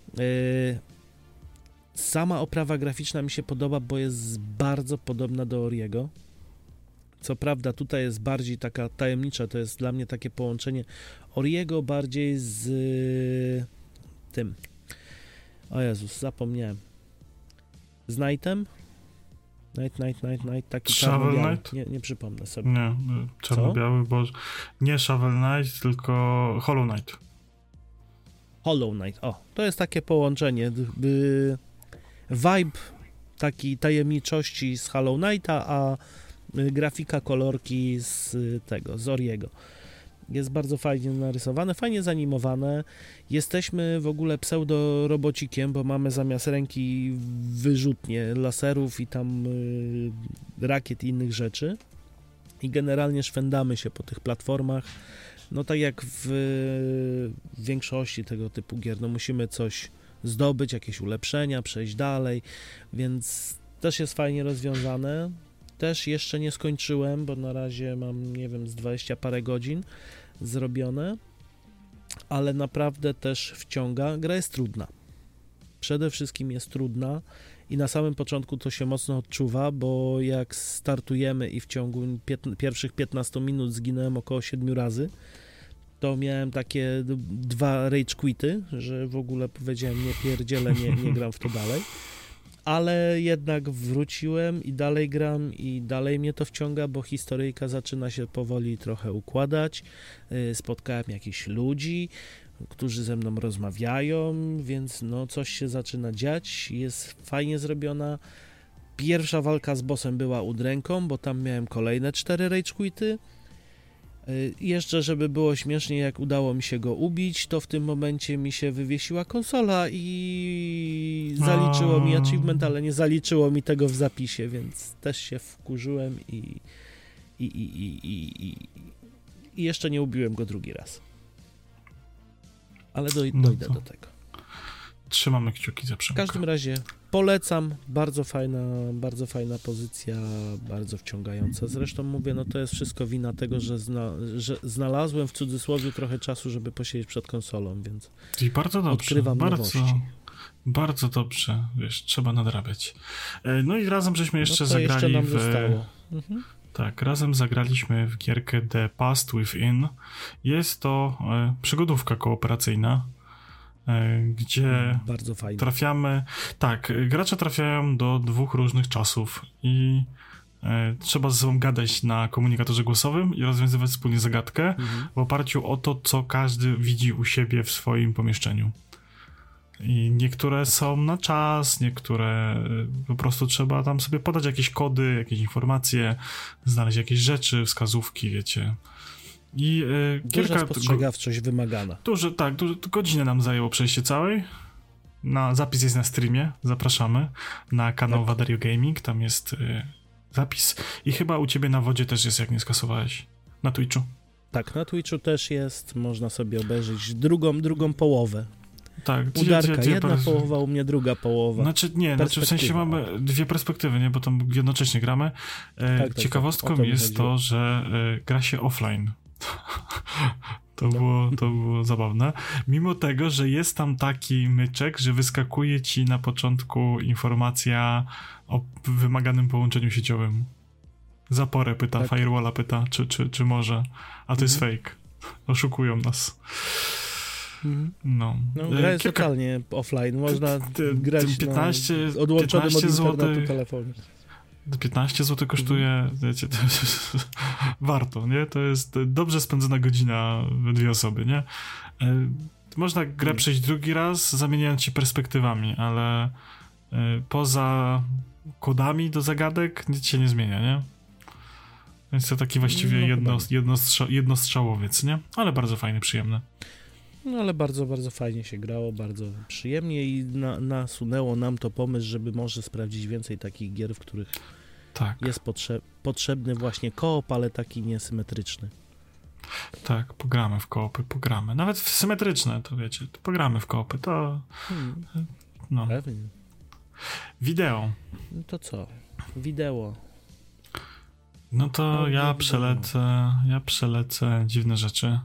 Speaker 2: Sama oprawa graficzna mi się podoba, bo jest bardzo podobna do Oriego. Co prawda tutaj jest bardziej taka tajemnicza, to jest dla mnie takie połączenie Oriego bardziej z tym. O Jezus, zapomniałem. Z Knightem? Knight, taki
Speaker 3: Shovel Knight?
Speaker 2: Nie przypomnę sobie.
Speaker 3: Nie, czarno-biały, bo nie Shovel Knight, tylko Hollow Knight.
Speaker 2: Hollow Knight, o, to jest takie połączenie. Vibe takiej tajemniczości z Hollow Knighta, a grafika, kolorki z Oriego. Jest bardzo fajnie narysowane, fajnie zanimowane. Jesteśmy w ogóle pseudo-robocikiem, bo mamy zamiast ręki wyrzutnie laserów i tam rakiet i innych rzeczy. I generalnie szwendamy się po tych platformach. No tak jak w większości tego typu gier, no musimy coś zdobyć, jakieś ulepszenia, przejść dalej, więc też jest fajnie rozwiązane. Też jeszcze nie skończyłem, bo na razie mam, nie wiem, z 20 parę godzin zrobione, ale naprawdę też wciąga. Gra jest trudna. Przede wszystkim jest trudna i na samym początku to się mocno odczuwa, bo jak startujemy i w ciągu pierwszych 15 minut zginąłem około 7 razy, to miałem takie 2 rage quity, że w ogóle powiedziałem, nie pierdzielę, nie gram w to dalej. Ale jednak wróciłem i dalej gram i dalej mnie to wciąga, bo historyjka zaczyna się powoli trochę układać. Spotkałem jakichś ludzi, którzy ze mną rozmawiają, więc no coś się zaczyna dziać, jest fajnie zrobiona. Pierwsza walka z bossem była udręką, bo tam miałem kolejne 4 rage quity. Jeszcze, żeby było śmiesznie, jak udało mi się go ubić, to w tym momencie mi się wywiesiła konsola i zaliczyło mi achievement, ale nie zaliczyło mi tego w zapisie, więc też się wkurzyłem i jeszcze nie ubiłem go drugi raz. Ale dojdę do tego.
Speaker 3: Trzymamy kciuki za
Speaker 2: W
Speaker 3: Przemka.
Speaker 2: każdym razie polecam, bardzo fajna pozycja, bardzo wciągająca. Zresztą mówię, no to jest wszystko wina tego, że znalazłem w cudzysłowie trochę czasu, żeby posiedzieć przed konsolą, więc
Speaker 3: I bardzo dobrze,
Speaker 2: odkrywam nowości.
Speaker 3: Bardzo dobrze, wiesz, trzeba nadrabiać. No i razem żeśmy jeszcze
Speaker 2: to
Speaker 3: zagrali
Speaker 2: jeszcze nam zostało. Mhm.
Speaker 3: Tak, razem zagraliśmy w gierkę The Past Within. Jest to przygodówka kooperacyjna, gdzie
Speaker 2: bardzo fajnie.
Speaker 3: trafiamy... Tak, gracze trafiają do 2 różnych czasów i trzeba ze sobą gadać na komunikatorze głosowym i rozwiązywać wspólnie zagadkę w oparciu o to, co każdy widzi u siebie w swoim pomieszczeniu. I niektóre są na czas, niektóre po prostu trzeba tam sobie podać jakieś kody, jakieś informacje, znaleźć jakieś rzeczy, wskazówki, wiecie. I
Speaker 2: Duża spostrzegawczość wymagana.
Speaker 3: Dużo, godzinę nam zajęło przejście całej. Zapis jest na streamie, zapraszamy na kanał Wadario Gaming, tam jest zapis. I chyba u ciebie na wodzie też jest, jak nie skasowałeś. Na Twitchu.
Speaker 2: Tak, na Twitchu też jest, można sobie obejrzeć drugą połowę.
Speaker 3: Tak,
Speaker 2: Udarka, jedna połowa, u mnie druga połowa.
Speaker 3: Znaczy w sensie mamy 2 perspektywy, nie, bo tam jednocześnie gramy. Ciekawostką jest to, że gra się offline. To było zabawne. Mimo tego, że jest tam taki myczek, że wyskakuje ci na początku informacja o wymaganym połączeniu sieciowym. Zaporę pyta, Firewalla pyta, czy może. A to jest fake. Oszukują nas. No,
Speaker 2: gra jest totalnie offline, można grać 15, na odłączonym od internetu telefonie.
Speaker 3: 15 zł kosztuje, wiecie, to warto, nie? To jest dobrze spędzona godzina w 2 osoby, nie? Można grę przejść drugi raz, zamieniając się perspektywami, ale poza kodami do zagadek nic się nie zmienia, nie? Więc to taki właściwie jednostrzałowiec, nie? Ale bardzo fajny, przyjemny.
Speaker 2: No ale bardzo, bardzo fajnie się grało, bardzo przyjemnie i nasunęło nam to pomysł, żeby może sprawdzić więcej takich gier, w których jest potrzebny właśnie koop, ale taki niesymetryczny.
Speaker 3: Tak, pogramy w koopy, pogramy. Nawet w symetryczne, to wiecie, pogramy w koopy, to... No.
Speaker 2: Pewnie.
Speaker 3: Wideo.
Speaker 2: No to co? Wideo.
Speaker 3: No to ja przelecę dziwne rzeczy.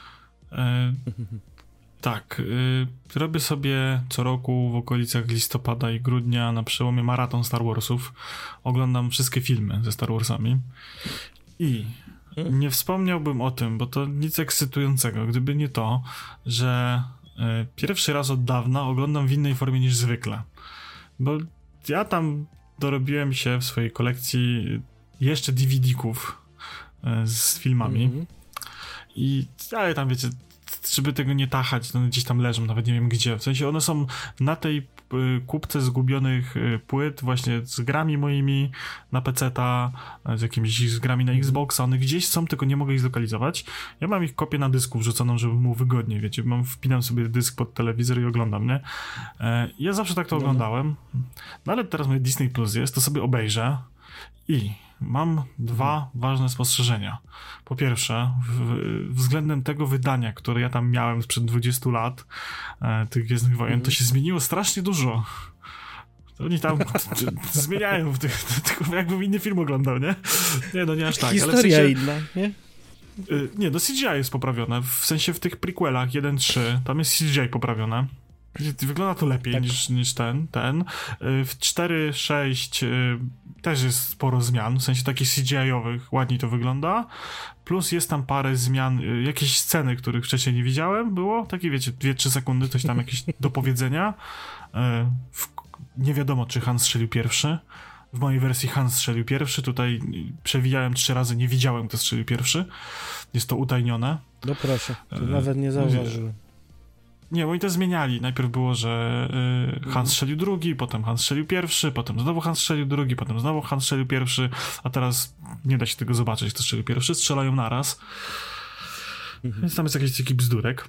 Speaker 3: Tak, robię sobie co roku w okolicach listopada i grudnia na przełomie maraton Star Warsów. Oglądam wszystkie filmy ze Star Warsami i nie wspomniałbym o tym, bo to nic ekscytującego, gdyby nie to, że pierwszy raz od dawna oglądam w innej formie niż zwykle. Bo ja tam dorobiłem się w swojej kolekcji jeszcze DVD-ków z filmami. Ale tam wiecie, żeby tego nie tachać, no gdzieś tam leżą, nawet nie wiem gdzie. W sensie one są na tej kupce zgubionych płyt właśnie z grami moimi na PC-ta, z jakimiś z grami na Xboxa, one gdzieś są, tylko nie mogę ich zlokalizować. Ja mam ich kopię na dysku wrzuconą, żeby było wygodniej, wiecie, wpinam sobie dysk pod telewizor i oglądam, nie? Ja zawsze tak to oglądałem, no ale teraz moje Disney Plus jest, to sobie obejrzę i mam 2 ważne spostrzeżenia. Po pierwsze, względem tego wydania, które ja tam miałem sprzed 20 lat, tych Gwiezdnych Wojen, to się zmieniło strasznie dużo. To oni tam zmieniają w tych, jakbym inny film oglądał, nie? Nie, no nie aż tak.
Speaker 2: Historia
Speaker 3: ale
Speaker 2: inna, nie?
Speaker 3: Nie, no CGI jest poprawione. W sensie w tych prequelach 1-3, tam jest CGI poprawione. Wygląda to lepiej niż ten. W 4-6 też jest sporo zmian, w sensie takich CGI-owych, ładniej to wygląda, plus jest tam parę zmian, jakieś sceny, których wcześniej nie widziałem, było, takie wiecie, 2-3 sekundy, coś tam jakieś do powiedzenia. Nie wiadomo, czy Han strzelił pierwszy. W mojej wersji Han strzelił pierwszy, tutaj przewijałem 3 razy, nie widziałem, kto strzelił pierwszy. Jest to utajnione.
Speaker 2: No proszę, to nawet nie zauważyłem.
Speaker 3: Nie, bo oni to zmieniali. Najpierw było, że Han strzelił drugi, potem Han strzelił pierwszy, potem znowu Han strzelił drugi, potem znowu Han strzelił pierwszy, a teraz nie da się tego zobaczyć, kto strzelił pierwszy. Strzelają naraz. Więc tam jest jakiś taki bzdurek.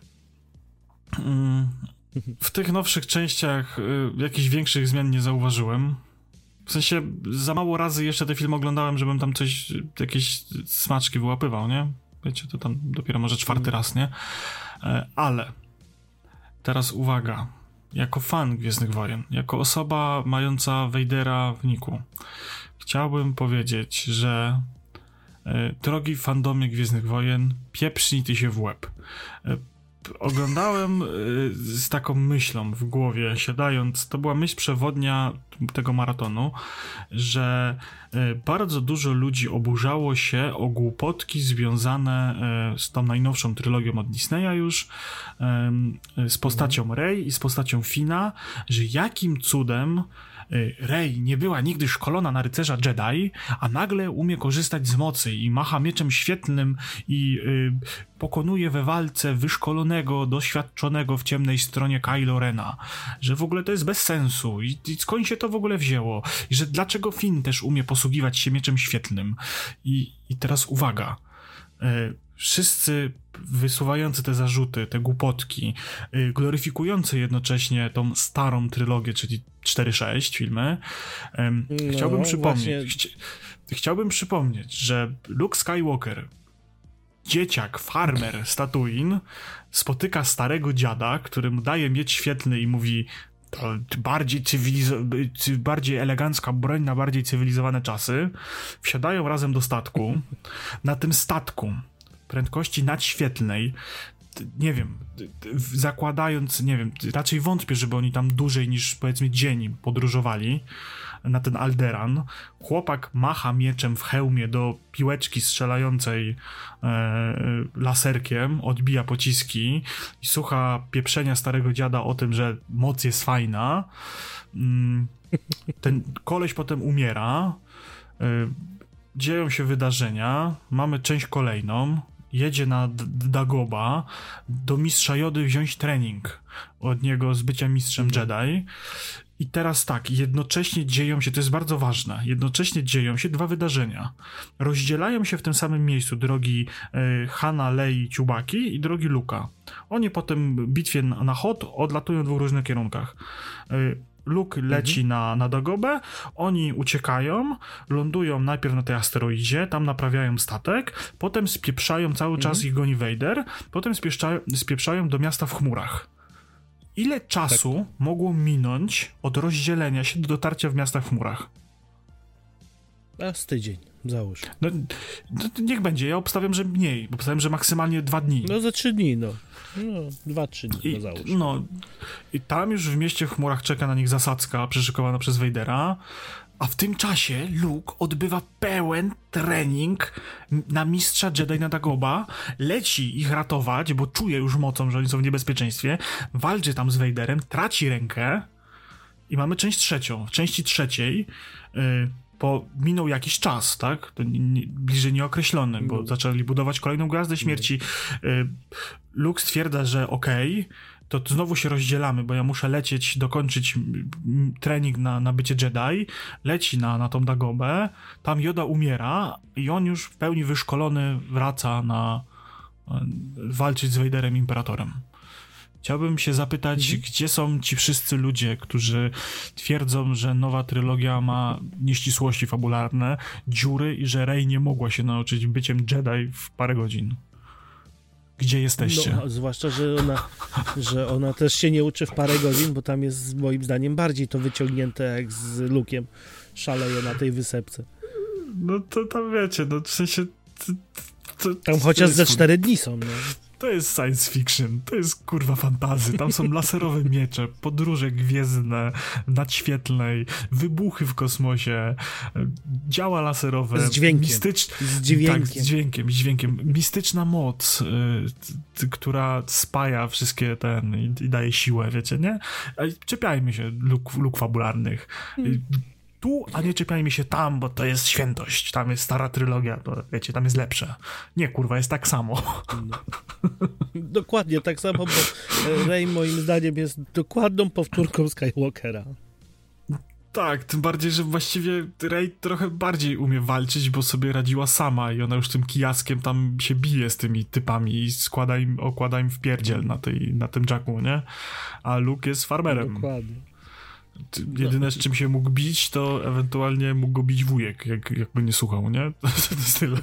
Speaker 3: W tych nowszych częściach jakichś większych zmian nie zauważyłem. W sensie za mało razy jeszcze te filmy oglądałem, żebym tam coś, jakieś smaczki wyłapywał, nie? Wiecie, to tam dopiero może 4. raz, nie? Ale teraz uwaga, jako fan Gwiezdnych Wojen, jako osoba mająca Vadera w niku, chciałbym powiedzieć, że drogi fandomie Gwiezdnych Wojen, pieprznij ty się w łeb. Oglądałem z taką myślą w głowie, siadając, to była myśl przewodnia tego maratonu, że bardzo dużo ludzi oburzało się o głupotki związane z tą najnowszą trylogią od Disneya już, z postacią Rey i z postacią Fina, że jakim cudem Rey nie była nigdy szkolona na rycerza Jedi, a nagle umie korzystać z mocy i macha mieczem świetlnym i pokonuje we walce wyszkolonego, doświadczonego w ciemnej stronie Kylo Rena. Że w ogóle to jest bez sensu i skąd się to w ogóle wzięło? I że dlaczego Finn też umie posługiwać się mieczem świetlnym? I teraz uwaga. Wszyscy wysuwający te zarzuty, te głupotki, gloryfikujący jednocześnie tą starą trylogię, czyli 4-6 filmy, chciałbym przypomnieć, że Luke Skywalker, dzieciak, farmer z Tatooine, spotyka starego dziada, który mu daje miecz świetlny i mówi: to bardziej elegancka broń na bardziej cywilizowane czasy. Wsiadają razem do statku. Na tym statku prędkości nadświetlnej, nie wiem, zakładając, nie wiem, raczej wątpię, żeby oni tam dłużej niż powiedzmy dzień podróżowali na ten Alderaan. Chłopak macha mieczem w hełmie do piłeczki strzelającej laserkiem, odbija pociski i słucha pieprzenia starego dziada o tym, że moc jest fajna. Ten koleś potem umiera. Dzieją się wydarzenia. Mamy część kolejną. Jedzie na Dagoba do mistrza Jody wziąć trening od niego z bycia mistrzem Jedi. I teraz tak, jednocześnie dzieją się, to jest bardzo ważne, jednocześnie dzieją się 2 wydarzenia. Rozdzielają się w tym samym miejscu drogi Hana, Lei, Ciubaki i drogi Luka. Oni po tym bitwie na Hot odlatują w 2 różnych kierunkach. Luke leci na Dagobę, oni uciekają, lądują najpierw na tej asteroidzie, tam naprawiają statek, potem spieprzają, cały czas ich goni Vader, potem spieprzają do miasta w chmurach. Ile czasu mogło minąć od rozdzielenia się do dotarcia w miasta w chmurach?
Speaker 2: Z tydzień, załóż.
Speaker 3: No, niech będzie, ja obstawiam, że mniej, bo obstawiam, że maksymalnie 2 dni.
Speaker 2: No za 3 dni, no. 2-3 dni, załóż.
Speaker 3: I tam już w mieście w chmurach czeka na nich zasadzka przyszykowana przez Vadera, a w tym czasie Luke odbywa pełen trening na mistrza Jedi na Dagoba, leci ich ratować, bo czuje już mocą, że oni są w niebezpieczeństwie, walczy tam z Vaderem, traci rękę i mamy część trzecią. W części trzeciej minął jakiś czas, tak? To bliżej nieokreślony, bo zaczęli budować kolejną Gwiazdę Śmierci. Luke stwierdza, że okej, to znowu się rozdzielamy, bo ja muszę lecieć, dokończyć trening na bycie Jedi. Leci na tą Dagobę, tam Yoda umiera i on już w pełni wyszkolony wraca walczyć z Vaderem Imperatorem. Chciałbym się zapytać, gdzie są ci wszyscy ludzie, którzy twierdzą, że nowa trylogia ma nieścisłości fabularne, dziury i że Rey nie mogła się nauczyć byciem Jedi w parę godzin. Gdzie jesteście?
Speaker 2: No, zwłaszcza, że ona też się nie uczy w parę godzin, bo tam jest moim zdaniem bardziej to wyciągnięte jak z Luke'iem. Szaleje na tej wysepce.
Speaker 3: No to tam wiecie, no w sensie...
Speaker 2: Tam chociaż ze 4 dni są, no.
Speaker 3: To jest science fiction, to jest kurwa fantasy, tam są laserowe miecze, podróże gwiezdne, nadświetlnej, wybuchy w kosmosie, działa laserowe.
Speaker 2: Z dźwiękiem.
Speaker 3: Z dźwiękiem. Tak, z dźwiękiem. Mistyczna moc, która spaja wszystkie i daje siłę, wiecie, nie? Czepiajmy się luk fabularnych. Tu, a nie czepiajmy się tam, bo to jest świętość. Tam jest stara trylogia, to wiecie, tam jest lepsze. Nie, kurwa, jest tak samo.
Speaker 2: No. Dokładnie tak samo, bo Rey moim zdaniem jest dokładną powtórką Skywalkera.
Speaker 3: Tak, tym bardziej, że właściwie Rey trochę bardziej umie walczyć, bo sobie radziła sama i ona już tym kijaskiem tam się bije z tymi typami i okłada im w pierdziel na tym jacku, nie? A Luke jest farmerem.
Speaker 2: Dokładnie.
Speaker 3: Jedyne, z czym się mógł bić, to ewentualnie mógł go bić wujek, jakby nie słuchał, nie? To jest tyle.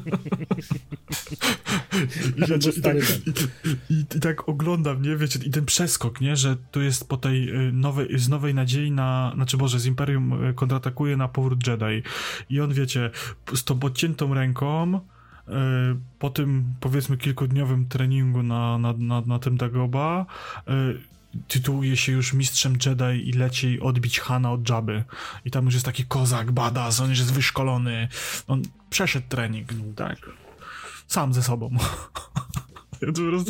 Speaker 3: I tak oglądam, nie? Wiecie, i ten przeskok, nie? Że tu jest po tej z Nowej Nadziei z Imperium kontratakuje na powrót Jedi. I on, wiecie, z tą podciętą ręką, po tym, powiedzmy, kilkudniowym treningu na tym Dagoba, tytułuje się już mistrzem Jedi i leci odbić Hana od Jabby. I tam już jest taki kozak, badass, on już jest wyszkolony. On przeszedł trening, tak. Sam ze sobą. Ja to po prostu...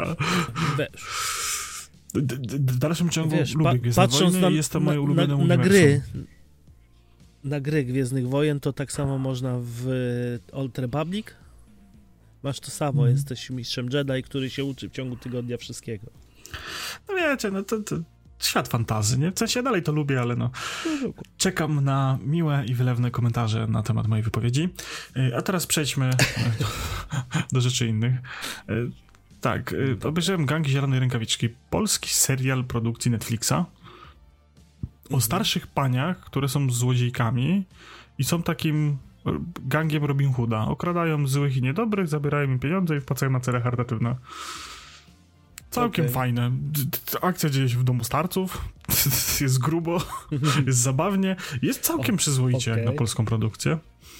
Speaker 3: W dalszym ciągu lubię Gwiezdne Wojny i jest to moje ulubione uniwersum.
Speaker 2: Na gry Gwiezdnych Wojen to tak samo można w Old Republic. Masz to samo, jesteś mistrzem Jedi, który się uczy w ciągu tygodnia wszystkiego.
Speaker 3: No wiecie, no to świat fantasy, nie? W sensie ja dalej to lubię, ale no... Czekam na miłe i wylewne komentarze na temat mojej wypowiedzi. A teraz przejdźmy do rzeczy innych. Tak, obejrzałem Gangi Zielonej Rękawiczki. Polski serial produkcji Netflixa o starszych paniach, które są złodziejkami i są takim gangiem Robin Hooda. Okradają złych i niedobrych, zabierają im pieniądze i wpłacają na cele charytatywne. Całkiem fajne. Akcja dzieje się w domu starców. Jest grubo, jest zabawnie. Jest całkiem przyzwoicie jak na polską produkcję.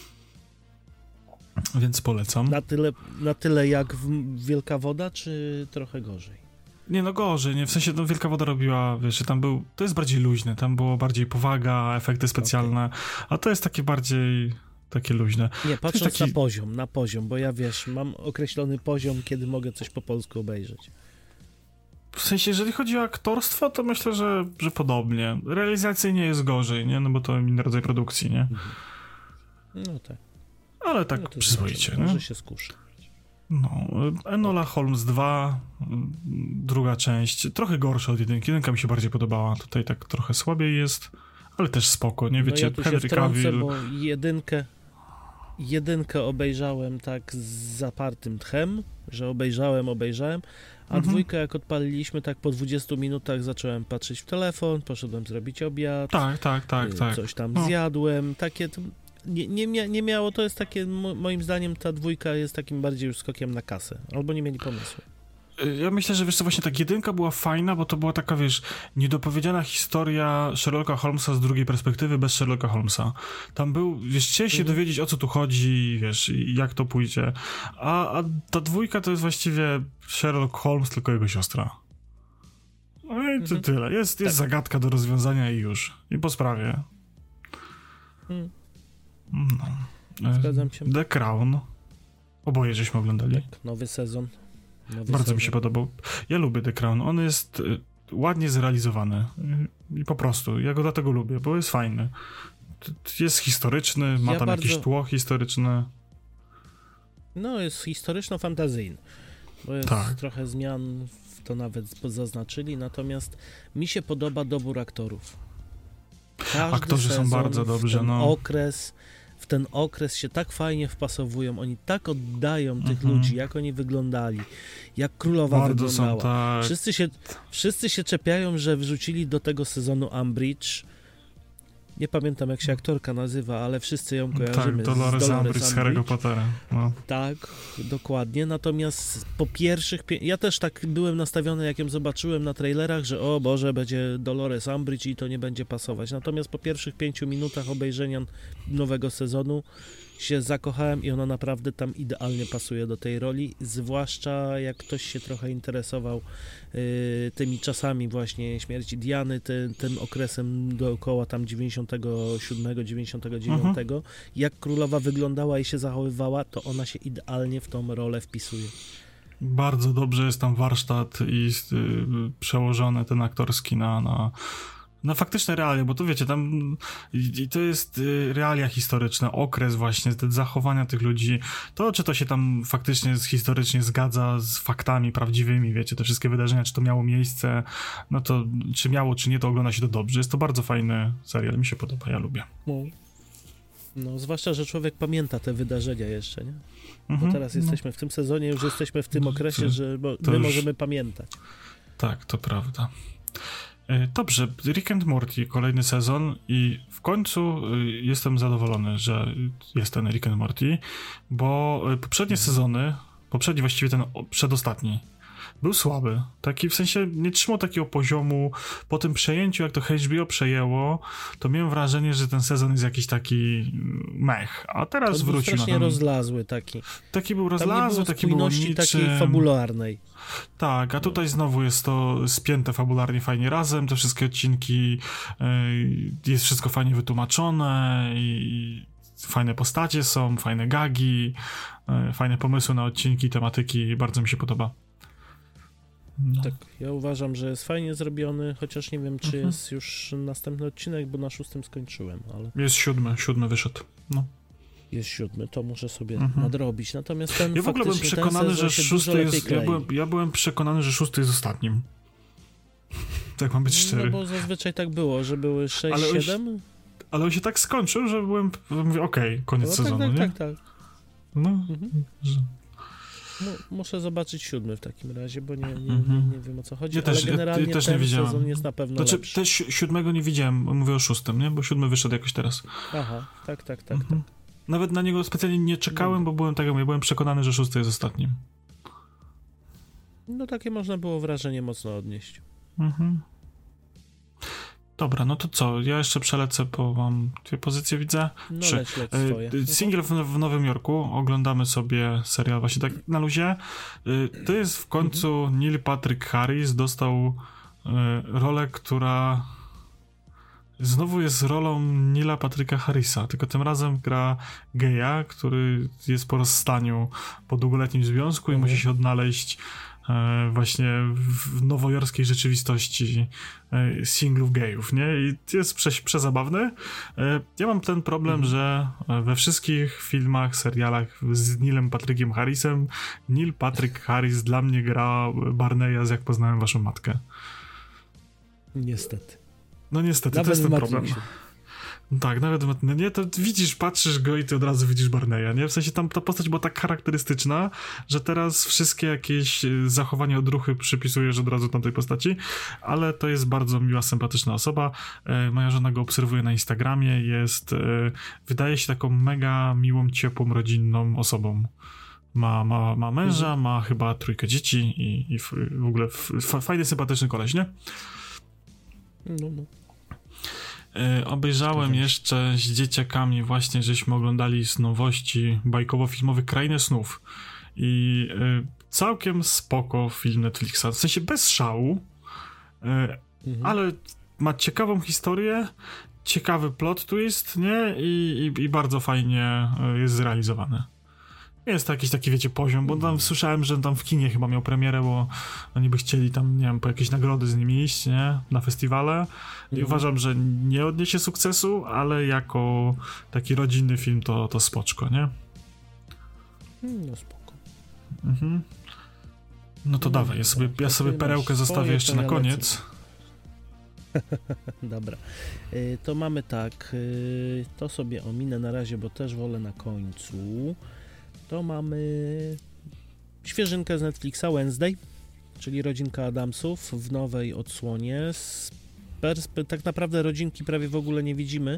Speaker 3: Więc polecam.
Speaker 2: Na tyle jak Wielka Woda, czy trochę gorzej?
Speaker 3: Nie, no gorzej, nie? W sensie Wielka Woda robiła, wiesz, tam to jest bardziej luźne, tam było bardziej powaga, efekty specjalne, a to jest takie bardziej... takie luźne.
Speaker 2: Nie, patrząc na poziom, bo ja, wiesz, mam określony poziom, kiedy mogę coś po polsku obejrzeć.
Speaker 3: W sensie, jeżeli chodzi o aktorstwo, to myślę, że podobnie. Realizacyjnie jest gorzej, nie? No bo to inny rodzaj produkcji, nie?
Speaker 2: No tak.
Speaker 3: Ale tak przyzwoicie, nie?
Speaker 2: Może się skuszę.
Speaker 3: No, Enola Holmes 2, druga część, trochę gorsza od jedynki. Jedynka mi się bardziej podobała, tutaj tak trochę słabiej jest, ale też spoko, nie? Wiecie,
Speaker 2: no ja
Speaker 3: Henry Cavill...
Speaker 2: bo jedynkę obejrzałem tak z zapartym tchem, że obejrzałem, a dwójkę jak odpaliliśmy, tak po 20 minutach zacząłem patrzeć w telefon, poszedłem zrobić obiad,
Speaker 3: tak.
Speaker 2: Coś tam zjadłem, takie... Nie miało, to jest takie, moim zdaniem ta dwójka jest takim bardziej już skokiem na kasę, albo nie mieli pomysłu.
Speaker 3: Ja myślę, że wiesz co, właśnie tak jedynka była fajna, bo to była taka, wiesz, niedopowiedziana historia Sherlocka Holmesa z drugiej perspektywy bez Sherlocka Holmesa. Tam chcieli się dowiedzieć, o co tu chodzi, wiesz, jak to pójdzie. A ta dwójka to jest właściwie Sherlock Holmes, tylko jego siostra. No i to tyle. Jest zagadka do rozwiązania i już. I po sprawie. No.
Speaker 2: Zgadzam się.
Speaker 3: The Crown. Oboje żeśmy oglądali.
Speaker 2: Tak, nowy sezon.
Speaker 3: Bardzo mi się podobał. Ja lubię The Crown. On jest ładnie zrealizowany. I po prostu. Ja go dlatego lubię, bo jest fajny. Jest historyczny, ma tam jakieś tło historyczne.
Speaker 2: No, jest historyczno-fantazyjny. Bo jest trochę zmian, to nawet zaznaczyli. Natomiast mi się podoba dobór aktorów.
Speaker 3: Aktorzy są bardzo dobrzy.
Speaker 2: W ten okres się tak fajnie wpasowują, oni tak oddają tych ludzi, jak oni wyglądali, jak królowa
Speaker 3: bardzo
Speaker 2: wyglądała. Wszyscy się czepiają, że wrzucili do tego sezonu Umbridge. Nie pamiętam, jak się aktorka nazywa, ale wszyscy ją kojarzymy.
Speaker 3: Tak, Dolores Umbridge z Harry'ego Pottera. No.
Speaker 2: Tak, dokładnie. Natomiast po pierwszych... Ja też tak byłem nastawiony, jak ją zobaczyłem na trailerach, że o Boże, będzie Dolores Umbridge i to nie będzie pasować. Natomiast po pierwszych 5 minutach obejrzenia nowego sezonu się zakochałem i ona naprawdę tam idealnie pasuje do tej roli, zwłaszcza jak ktoś się trochę interesował tymi czasami właśnie śmierci Diany, tym okresem dookoła tam 97, 99, jak królowa wyglądała i się zachowywała, to ona się idealnie w tą rolę wpisuje.
Speaker 3: Bardzo dobrze jest tam warsztat i przełożony ten aktorski na faktyczne realia, bo to wiecie, tam i to jest realia historyczne, okres właśnie, te zachowania tych ludzi, to czy to się tam faktycznie historycznie zgadza z faktami prawdziwymi, wiecie, te wszystkie wydarzenia, czy to miało miejsce, no to czy miało, czy nie, to ogląda się to dobrze. Jest to bardzo fajny serial, mi się podoba, ja lubię.
Speaker 2: No, zwłaszcza, że człowiek pamięta te wydarzenia jeszcze, nie? Bo teraz jesteśmy w tym sezonie, już jesteśmy w tym okresie, że my możemy pamiętać.
Speaker 3: Tak, to prawda. Dobrze, Rick and Morty, kolejny sezon i w końcu jestem zadowolony, że jest ten Rick and Morty, bo poprzednie sezony, właściwie ten przedostatni, był słaby. Taki, w sensie nie trzymał takiego poziomu. Po tym przejęciu, jak to HBO przejęło, to miałem wrażenie, że ten sezon jest jakiś taki mech. A teraz
Speaker 2: to
Speaker 3: wrócił
Speaker 2: strasznie rozlazły taki.
Speaker 3: Taki był rozlazły, taki był niczym.
Speaker 2: Takiej fabularnej.
Speaker 3: Tak, a tutaj znowu jest to spięte fabularnie fajnie razem, te wszystkie odcinki, jest wszystko fajnie wytłumaczone i fajne postacie są, fajne gagi, fajne pomysły na odcinki, tematyki, bardzo mi się podoba. No.
Speaker 2: Tak, ja uważam, że jest fajnie zrobiony, chociaż nie wiem, czy jest już następny odcinek, bo na 6 skończyłem, ale...
Speaker 3: Jest 7 wyszedł, no.
Speaker 2: Jest 7, to muszę sobie nadrobić, natomiast ten
Speaker 3: ja w ogóle byłem przekonany, że 6 jest... Ja byłem przekonany, że 6 jest ostatnim. Tak mam być szczery.
Speaker 2: No bo zazwyczaj tak było, że były 6-7.
Speaker 3: Ale on się tak skończył, że mówię, okej, koniec sezonu, nie?
Speaker 2: Tak.
Speaker 3: No,
Speaker 2: muszę zobaczyć 7 w takim razie, bo nie wiem, o co chodzi,
Speaker 3: ale
Speaker 2: generalnie
Speaker 3: też
Speaker 2: ten
Speaker 3: nie widziałem.
Speaker 2: sezon jest na pewno lepszy.
Speaker 3: Też 7 nie widziałem, mówię o 6, nie? Bo 7 wyszedł jakoś teraz.
Speaker 2: Aha, tak.
Speaker 3: Nawet na niego specjalnie nie czekałem, bo byłem przekonany, że 6 jest ostatnim.
Speaker 2: No takie można było wrażenie mocno odnieść.
Speaker 3: Dobra, no to co? Ja jeszcze przelecę, bo mam 2 pozycje, widzę.
Speaker 2: No leć swoje.
Speaker 3: Single w Nowym Jorku. Oglądamy sobie serial właśnie tak na luzie. To jest w końcu Neil Patrick Harris dostał rolę, która znowu jest rolą Neila Patricka Harrisa, tylko tym razem gra geja, który jest po rozstaniu, po długoletnim związku i musi się odnaleźć właśnie w nowojorskiej rzeczywistości singlów gejów, nie? I jest przezabawny. Ja mam ten problem, że we wszystkich filmach, serialach z Neilem Patrickiem Harrisem Neil Patrick Harris dla mnie gra Barneya z Jak poznałem waszą matkę.
Speaker 2: Niestety.
Speaker 3: No niestety,
Speaker 2: nawet
Speaker 3: to jest ten problem. Tak, nawet nie, to widzisz, patrzysz go i ty od razu widzisz Barneya, nie? W sensie tam ta postać była tak charakterystyczna, że teraz wszystkie jakieś zachowania, odruchy przypisujesz od razu tamtej postaci, ale to jest bardzo miła, sympatyczna osoba. Moja żona go obserwuje na Instagramie, wydaje się taką mega miłą, ciepłą, rodzinną osobą. Ma męża, ma chyba 3 dzieci i w ogóle fajny, sympatyczny koleś, nie?
Speaker 2: No.
Speaker 3: Obejrzałem jeszcze z dzieciakami właśnie, żeśmy oglądali z nowości bajkowo-filmowych Krainę Snów i całkiem spoko film Netflixa, w sensie bez szału, ale ma ciekawą historię, ciekawy plot twist, nie? I bardzo fajnie jest zrealizowany. Jest to jakiś taki, wiecie, poziom, bo tam słyszałem, że tam w kinie chyba miał premierę, bo oni by chcieli tam, nie wiem, po jakieś nagrody z nimi iść, nie? Na festiwale. I uważam, że nie odniesie sukcesu, ale jako taki rodzinny film to spoczko, nie?
Speaker 2: No spoko.
Speaker 3: No to dawaj, ja sobie perełkę zostawię jeszcze na koniec.
Speaker 2: Dobra. To mamy tak, to sobie ominę na razie, bo też wolę na końcu. To mamy świeżynkę z Netflixa Wednesday, czyli rodzinka Adamsów w nowej odsłonie. Tak naprawdę rodzinki prawie w ogóle nie widzimy,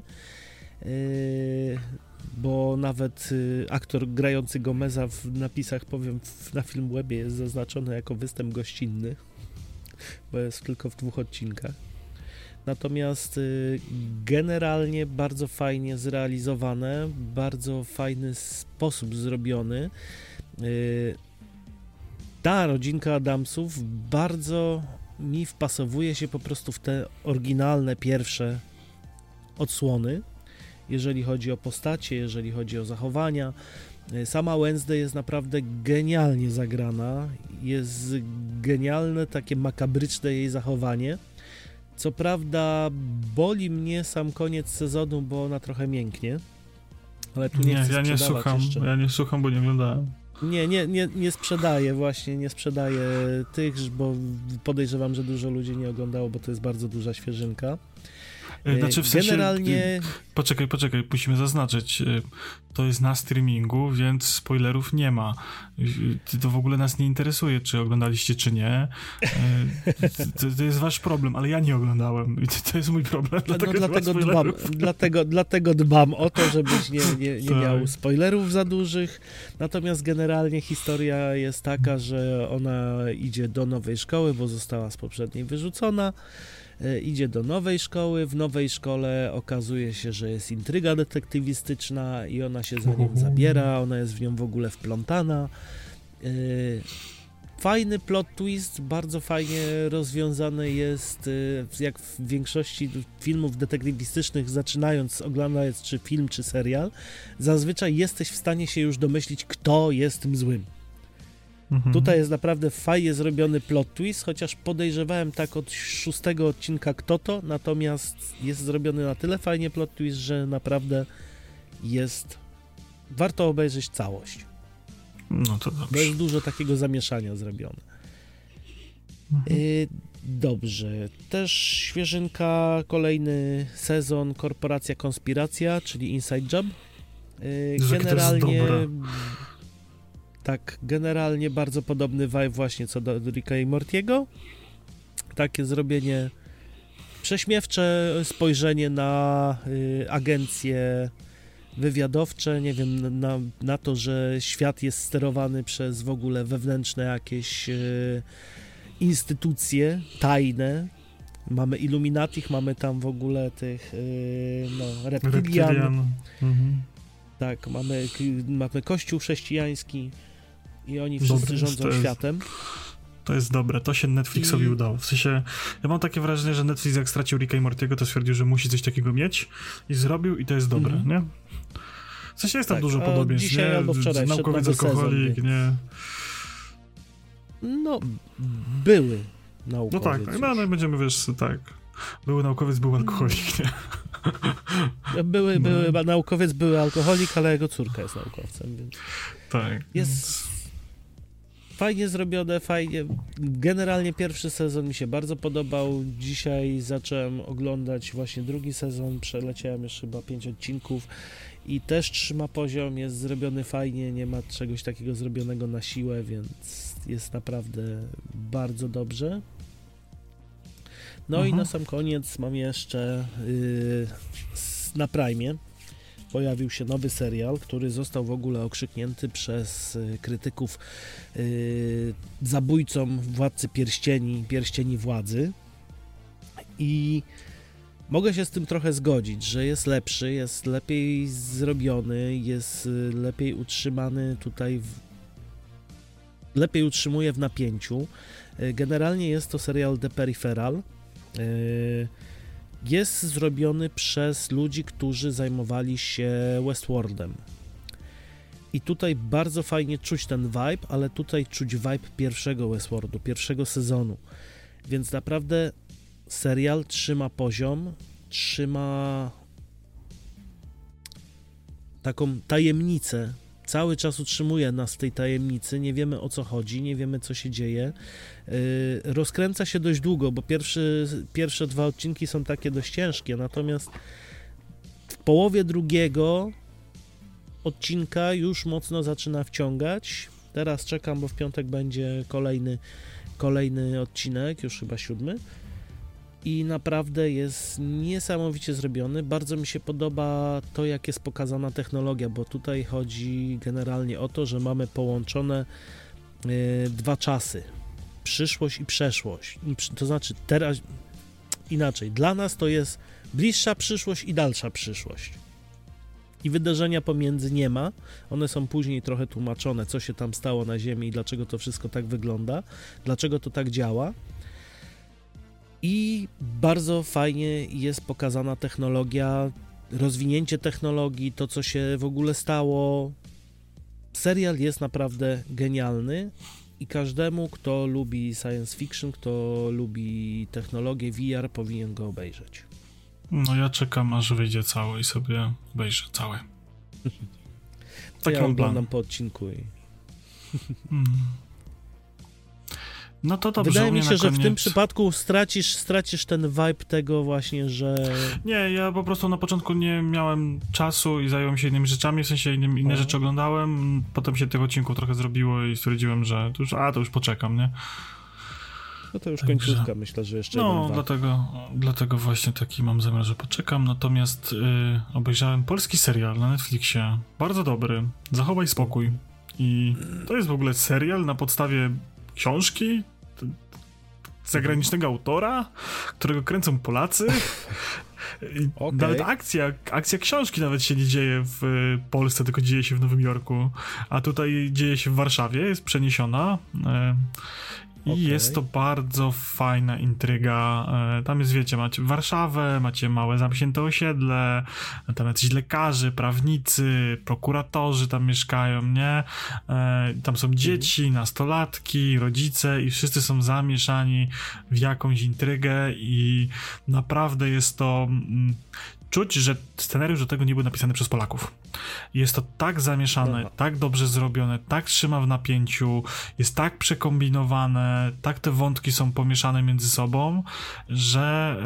Speaker 2: bo nawet aktor grający Gomeza w napisach, powiem, na Filmwebie jest zaznaczony jako występ gościnny, bo jest tylko w 2 odcinkach. Natomiast generalnie bardzo fajnie zrealizowane, bardzo fajny sposób zrobiony. Ta rodzinka Adamsów bardzo mi wpasowuje się po prostu w te oryginalne pierwsze odsłony, jeżeli chodzi o postacie, jeżeli chodzi o zachowania. Sama Wednesday jest naprawdę genialnie zagrana, jest genialne, takie makabryczne jej zachowanie. Co prawda boli mnie sam koniec sezonu, bo ona trochę mięknie, ale tu nie chcę
Speaker 3: ja nie słucham,
Speaker 2: jeszcze.
Speaker 3: Ja nie słucham, bo nie oglądałem.
Speaker 2: Nie sprzedaję właśnie, nie sprzedaję tych, bo podejrzewam, że dużo ludzi nie oglądało, bo to jest bardzo duża świeżynka.
Speaker 3: Znaczy w sensie,
Speaker 2: generalnie...
Speaker 3: Poczekaj, musimy zaznaczyć, to jest na streamingu, więc spoilerów nie ma. To w ogóle nas nie interesuje, czy oglądaliście, czy nie. To jest wasz problem, ale ja nie oglądałem i to jest mój problem.
Speaker 2: Dlatego dbam o to, żebyś nie
Speaker 3: tak.
Speaker 2: miał spoilerów za dużych. Natomiast generalnie historia jest taka, że ona idzie do nowej szkoły, bo została z poprzedniej wyrzucona. Idzie do nowej szkoły, w nowej szkole okazuje się, że jest intryga detektywistyczna i ona się za nią zabiera, ona jest w nią w ogóle wplątana. Fajny plot twist, bardzo fajnie rozwiązany jest, jak w większości filmów detektywistycznych, zaczynając oglądać czy film, czy serial, zazwyczaj jesteś w stanie się już domyślić, kto jest tym złym. Tutaj jest naprawdę fajnie zrobiony plot twist, chociaż podejrzewałem tak od 6 odcinka kto to, natomiast jest zrobiony na tyle fajnie plot twist, że naprawdę warto obejrzeć całość.
Speaker 3: No to dobrze.
Speaker 2: Bo jest dużo takiego zamieszania zrobione. Dobrze. Też świeżynka, kolejny sezon Korporacja Konspiracja, czyli Inside Job. Generalnie... Tak, generalnie bardzo podobny vibe właśnie co do Ricka i Mortiego. Takie zrobienie, prześmiewcze spojrzenie na agencje wywiadowcze, nie wiem, na to, że świat jest sterowany przez w ogóle wewnętrzne jakieś instytucje tajne. Mamy Illuminatich, mamy tam w ogóle tych reptilian. Tak, mamy kościół chrześcijański i oni wszyscy rządzą światem.
Speaker 3: To jest dobre, to się Netflixowi udało. W sensie, ja mam takie wrażenie, że Netflix jak stracił Ricka i Mortiego, to stwierdził, że musi coś takiego mieć i zrobił i to jest dobre, nie? W sensie jest tam dużo podobieństw,
Speaker 2: dzisiaj
Speaker 3: nie?
Speaker 2: Albo wczoraj
Speaker 3: Naukowiec alkoholik, sezon, nie?
Speaker 2: No, były naukowiec.
Speaker 3: No tak, no będziemy, wiesz, tak. Były naukowiec, był alkoholik, nie?
Speaker 2: Były naukowiec, były alkoholik, ale jego córka jest naukowcem, więc...
Speaker 3: Tak.
Speaker 2: Jest fajnie zrobione, fajnie. Generalnie pierwszy sezon mi się bardzo podobał. Dzisiaj zacząłem oglądać właśnie drugi sezon, przeleciałem już chyba 5 odcinków i też trzyma poziom, jest zrobiony fajnie, nie ma czegoś takiego zrobionego na siłę, więc jest naprawdę bardzo dobrze. No i na sam koniec mam jeszcze na Prime'ie pojawił się nowy serial, który został w ogóle okrzyknięty przez krytyków zabójcą Władcy Pierścieni Władzy i mogę się z tym trochę zgodzić, że jest lepszy, jest lepiej zrobiony, jest lepiej utrzymany tutaj, lepiej utrzymuje w napięciu. Generalnie jest to serial The Peripheral. Jest zrobiony przez ludzi, którzy zajmowali się Westworldem. I tutaj bardzo fajnie czuć ten vibe, ale tutaj czuć vibe pierwszego Westworldu, pierwszego sezonu. Więc naprawdę serial trzyma poziom, trzyma taką tajemnicę. Cały czas utrzymuje nas w tej tajemnicy, nie wiemy o co chodzi, nie wiemy co się dzieje. Rozkręca się dość długo, bo pierwsze 2 odcinki są takie dość ciężkie, natomiast w połowie drugiego odcinka już mocno zaczyna wciągać. Teraz czekam, bo w piątek będzie kolejny odcinek, już chyba 7. I naprawdę jest niesamowicie zrobiony. Bardzo mi się podoba to, jak jest pokazana technologia, bo tutaj chodzi generalnie o to, że mamy połączone 2 czasy. Przyszłość i przeszłość. To znaczy inaczej, dla nas to jest bliższa przyszłość i dalsza przyszłość. I wydarzenia pomiędzy nie ma. One są później trochę tłumaczone, co się tam stało na Ziemi i dlaczego to wszystko tak wygląda, dlaczego to tak działa. I bardzo fajnie jest pokazana technologia, rozwinięcie technologii, to co się w ogóle stało. Serial jest naprawdę genialny i każdemu, kto lubi science fiction, kto lubi technologię VR, powinien go obejrzeć.
Speaker 3: No ja czekam, aż wyjdzie cały i sobie obejrzę cały.
Speaker 2: To ja oglądam po odcinku i...
Speaker 3: No to dobrze.
Speaker 2: Wydaje mi się, że w tym przypadku stracisz ten vibe tego właśnie, że...
Speaker 3: Nie, ja po prostu na początku nie miałem czasu i zająłem się innymi rzeczami, w sensie inne rzeczy oglądałem, potem się tych odcinków trochę zrobiło i stwierdziłem, że to już poczekam, nie?
Speaker 2: No to już końcówka, myślę, że jeszcze
Speaker 3: no, dlatego właśnie taki mam zamiar, że poczekam, natomiast obejrzałem polski serial na Netflixie, bardzo dobry, Zachowaj spokój i to jest w ogóle serial na podstawie książki zagranicznego autora, którego kręcą Polacy. Okay. Nawet akcja książki nawet się nie dzieje w Polsce, tylko dzieje się w Nowym Jorku, a tutaj dzieje się w Warszawie, jest przeniesiona. I jest to bardzo fajna intryga. Tam jest, wiecie, macie Warszawę, macie małe zamknięte osiedle, tam jacyś lekarze, prawnicy, prokuratorzy tam mieszkają, nie? Tam są dzieci, nastolatki, rodzice i wszyscy są zamieszani w jakąś intrygę i naprawdę jest to... Czuć, że scenariusz do tego nie był napisany przez Polaków. Jest to tak zamieszane, tak dobrze zrobione, tak trzyma w napięciu, jest tak przekombinowane, tak te wątki są pomieszane między sobą, że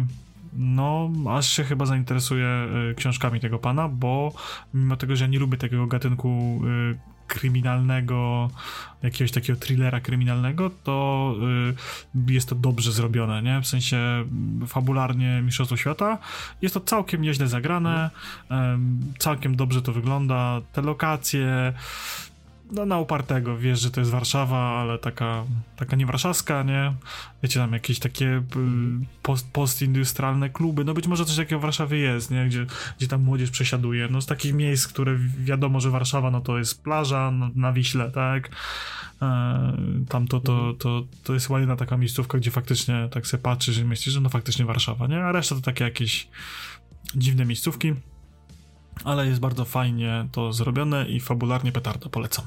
Speaker 3: aż się chyba zainteresuję książkami tego pana, bo mimo tego, że ja nie lubię takiego gatunku kryminalnego, jakiegoś takiego thrillera kryminalnego, to jest to dobrze zrobione, nie? W sensie fabularnie Mistrzostwo Świata. Jest to całkiem nieźle zagrane, całkiem dobrze to wygląda, te lokacje, na upartego, wiesz, że to jest Warszawa, ale taka nie warszawska, nie? Wiecie, tam jakieś takie postindustrialne kluby, no być może coś takiego w Warszawie jest, nie? Gdzie tam młodzież przesiaduje, no z takich miejsc, które wiadomo, że Warszawa, no to jest plaża na Wiśle, tak? Tam to jest ładna taka miejscówka, gdzie faktycznie tak sobie patrzysz i myślisz, że no faktycznie Warszawa, nie? A reszta to takie jakieś dziwne miejscówki, ale jest bardzo fajnie to zrobione i fabularnie petarda, polecam.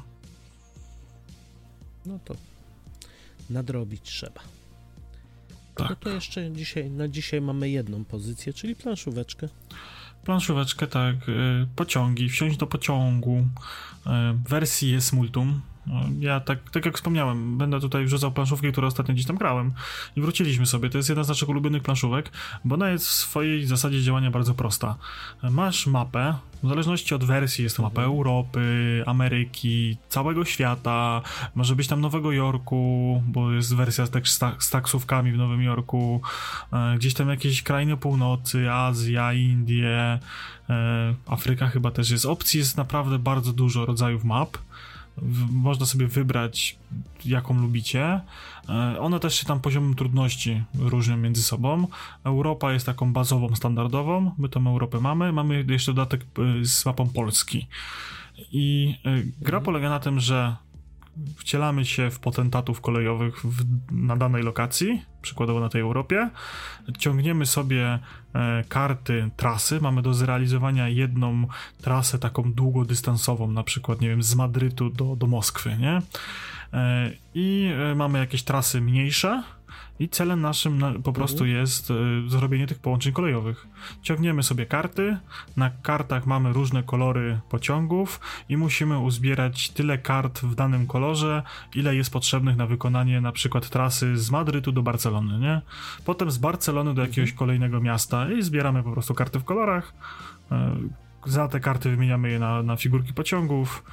Speaker 2: No to nadrobić trzeba.
Speaker 3: Tak.
Speaker 2: No to jeszcze na dzisiaj mamy jedną pozycję, czyli planszóweczkę.
Speaker 3: Planszóweczkę, tak. Pociągi, wsiąść do pociągu. Wersji jest multum. Ja tak jak wspomniałem, będę tutaj wrzucał planszówki, które ostatnio gdzieś tam grałem i wróciliśmy sobie. To jest jedna z naszych ulubionych planszówek, bo ona jest w swojej zasadzie działania bardzo prosta. Masz mapę, w zależności od wersji jest to mapa Europy, Ameryki, całego świata, może być tam Nowego Jorku, bo jest wersja z taksówkami w Nowym Jorku, gdzieś tam jakieś krainy północy, Azja, Indie, Afryka chyba też jest. Opcji jest naprawdę bardzo dużo rodzajów map. Można sobie wybrać, jaką lubicie. One też się tam poziomem trudności różnią między sobą. Europa jest taką bazową, standardową. My tą Europę mamy. Mamy jeszcze dodatek z mapą Polski. I gra polega na tym, że wcielamy się w potentatów kolejowych na danej lokacji, przykładowo na tej Europie, ciągniemy sobie karty trasy, mamy do zrealizowania jedną trasę taką długodystansową, na przykład, nie wiem, z Madrytu do Moskwy, nie? I mamy jakieś trasy mniejsze i celem naszym po prostu jest zrobienie tych połączeń kolejowych. Ciągniemy sobie karty, na kartach mamy różne kolory pociągów i musimy uzbierać tyle kart w danym kolorze, ile jest potrzebnych na wykonanie na przykład trasy z Madrytu do Barcelony, nie? Potem z Barcelony do jakiegoś kolejnego miasta i zbieramy po prostu karty w kolorach. Za te karty wymieniamy je na figurki pociągów.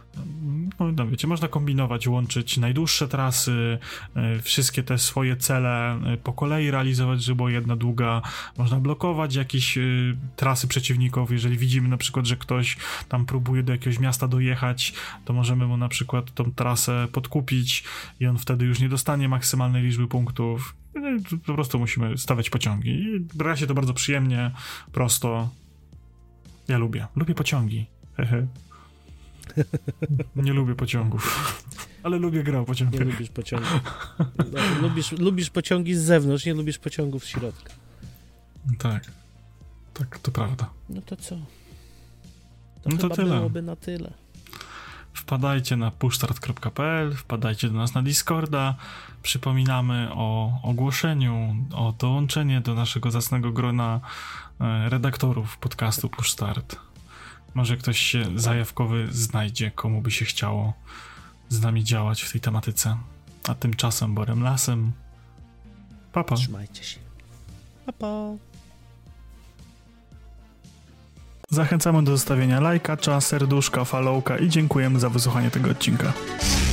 Speaker 3: No wiecie, można kombinować, łączyć najdłuższe trasy, wszystkie te swoje cele po kolei realizować, żeby była jedna długa. Można blokować jakieś trasy przeciwników, jeżeli widzimy na przykład, że ktoś tam próbuje do jakiegoś miasta dojechać, to możemy mu na przykład tą trasę podkupić i on wtedy już nie dostanie maksymalnej liczby punktów. Po prostu musimy stawiać pociągi. I gra się to bardzo przyjemnie, prosto. Ja lubię pociągi. Nie lubię pociągów. Ale lubię grę o pociągach.
Speaker 2: Nie lubisz pociągów. No, lubisz pociągi z zewnątrz, nie lubisz pociągów z środka.
Speaker 3: Tak, to prawda.
Speaker 2: No to co?
Speaker 3: No to tyle.
Speaker 2: Byłoby na tyle.
Speaker 3: Wpadajcie na pushstart.pl, wpadajcie do nas na Discorda. Przypominamy o ogłoszeniu, o dołączenie do naszego zacnego grona redaktorów podcastu Push Start. Może ktoś się zajawkowy znajdzie, komu by się chciało z nami działać w tej tematyce. A tymczasem Borem Lasem. Pa.
Speaker 2: Trzymajcie się. Pa.
Speaker 3: Zachęcamy do zostawienia lajka, serduszka, followka i dziękujemy za wysłuchanie tego odcinka.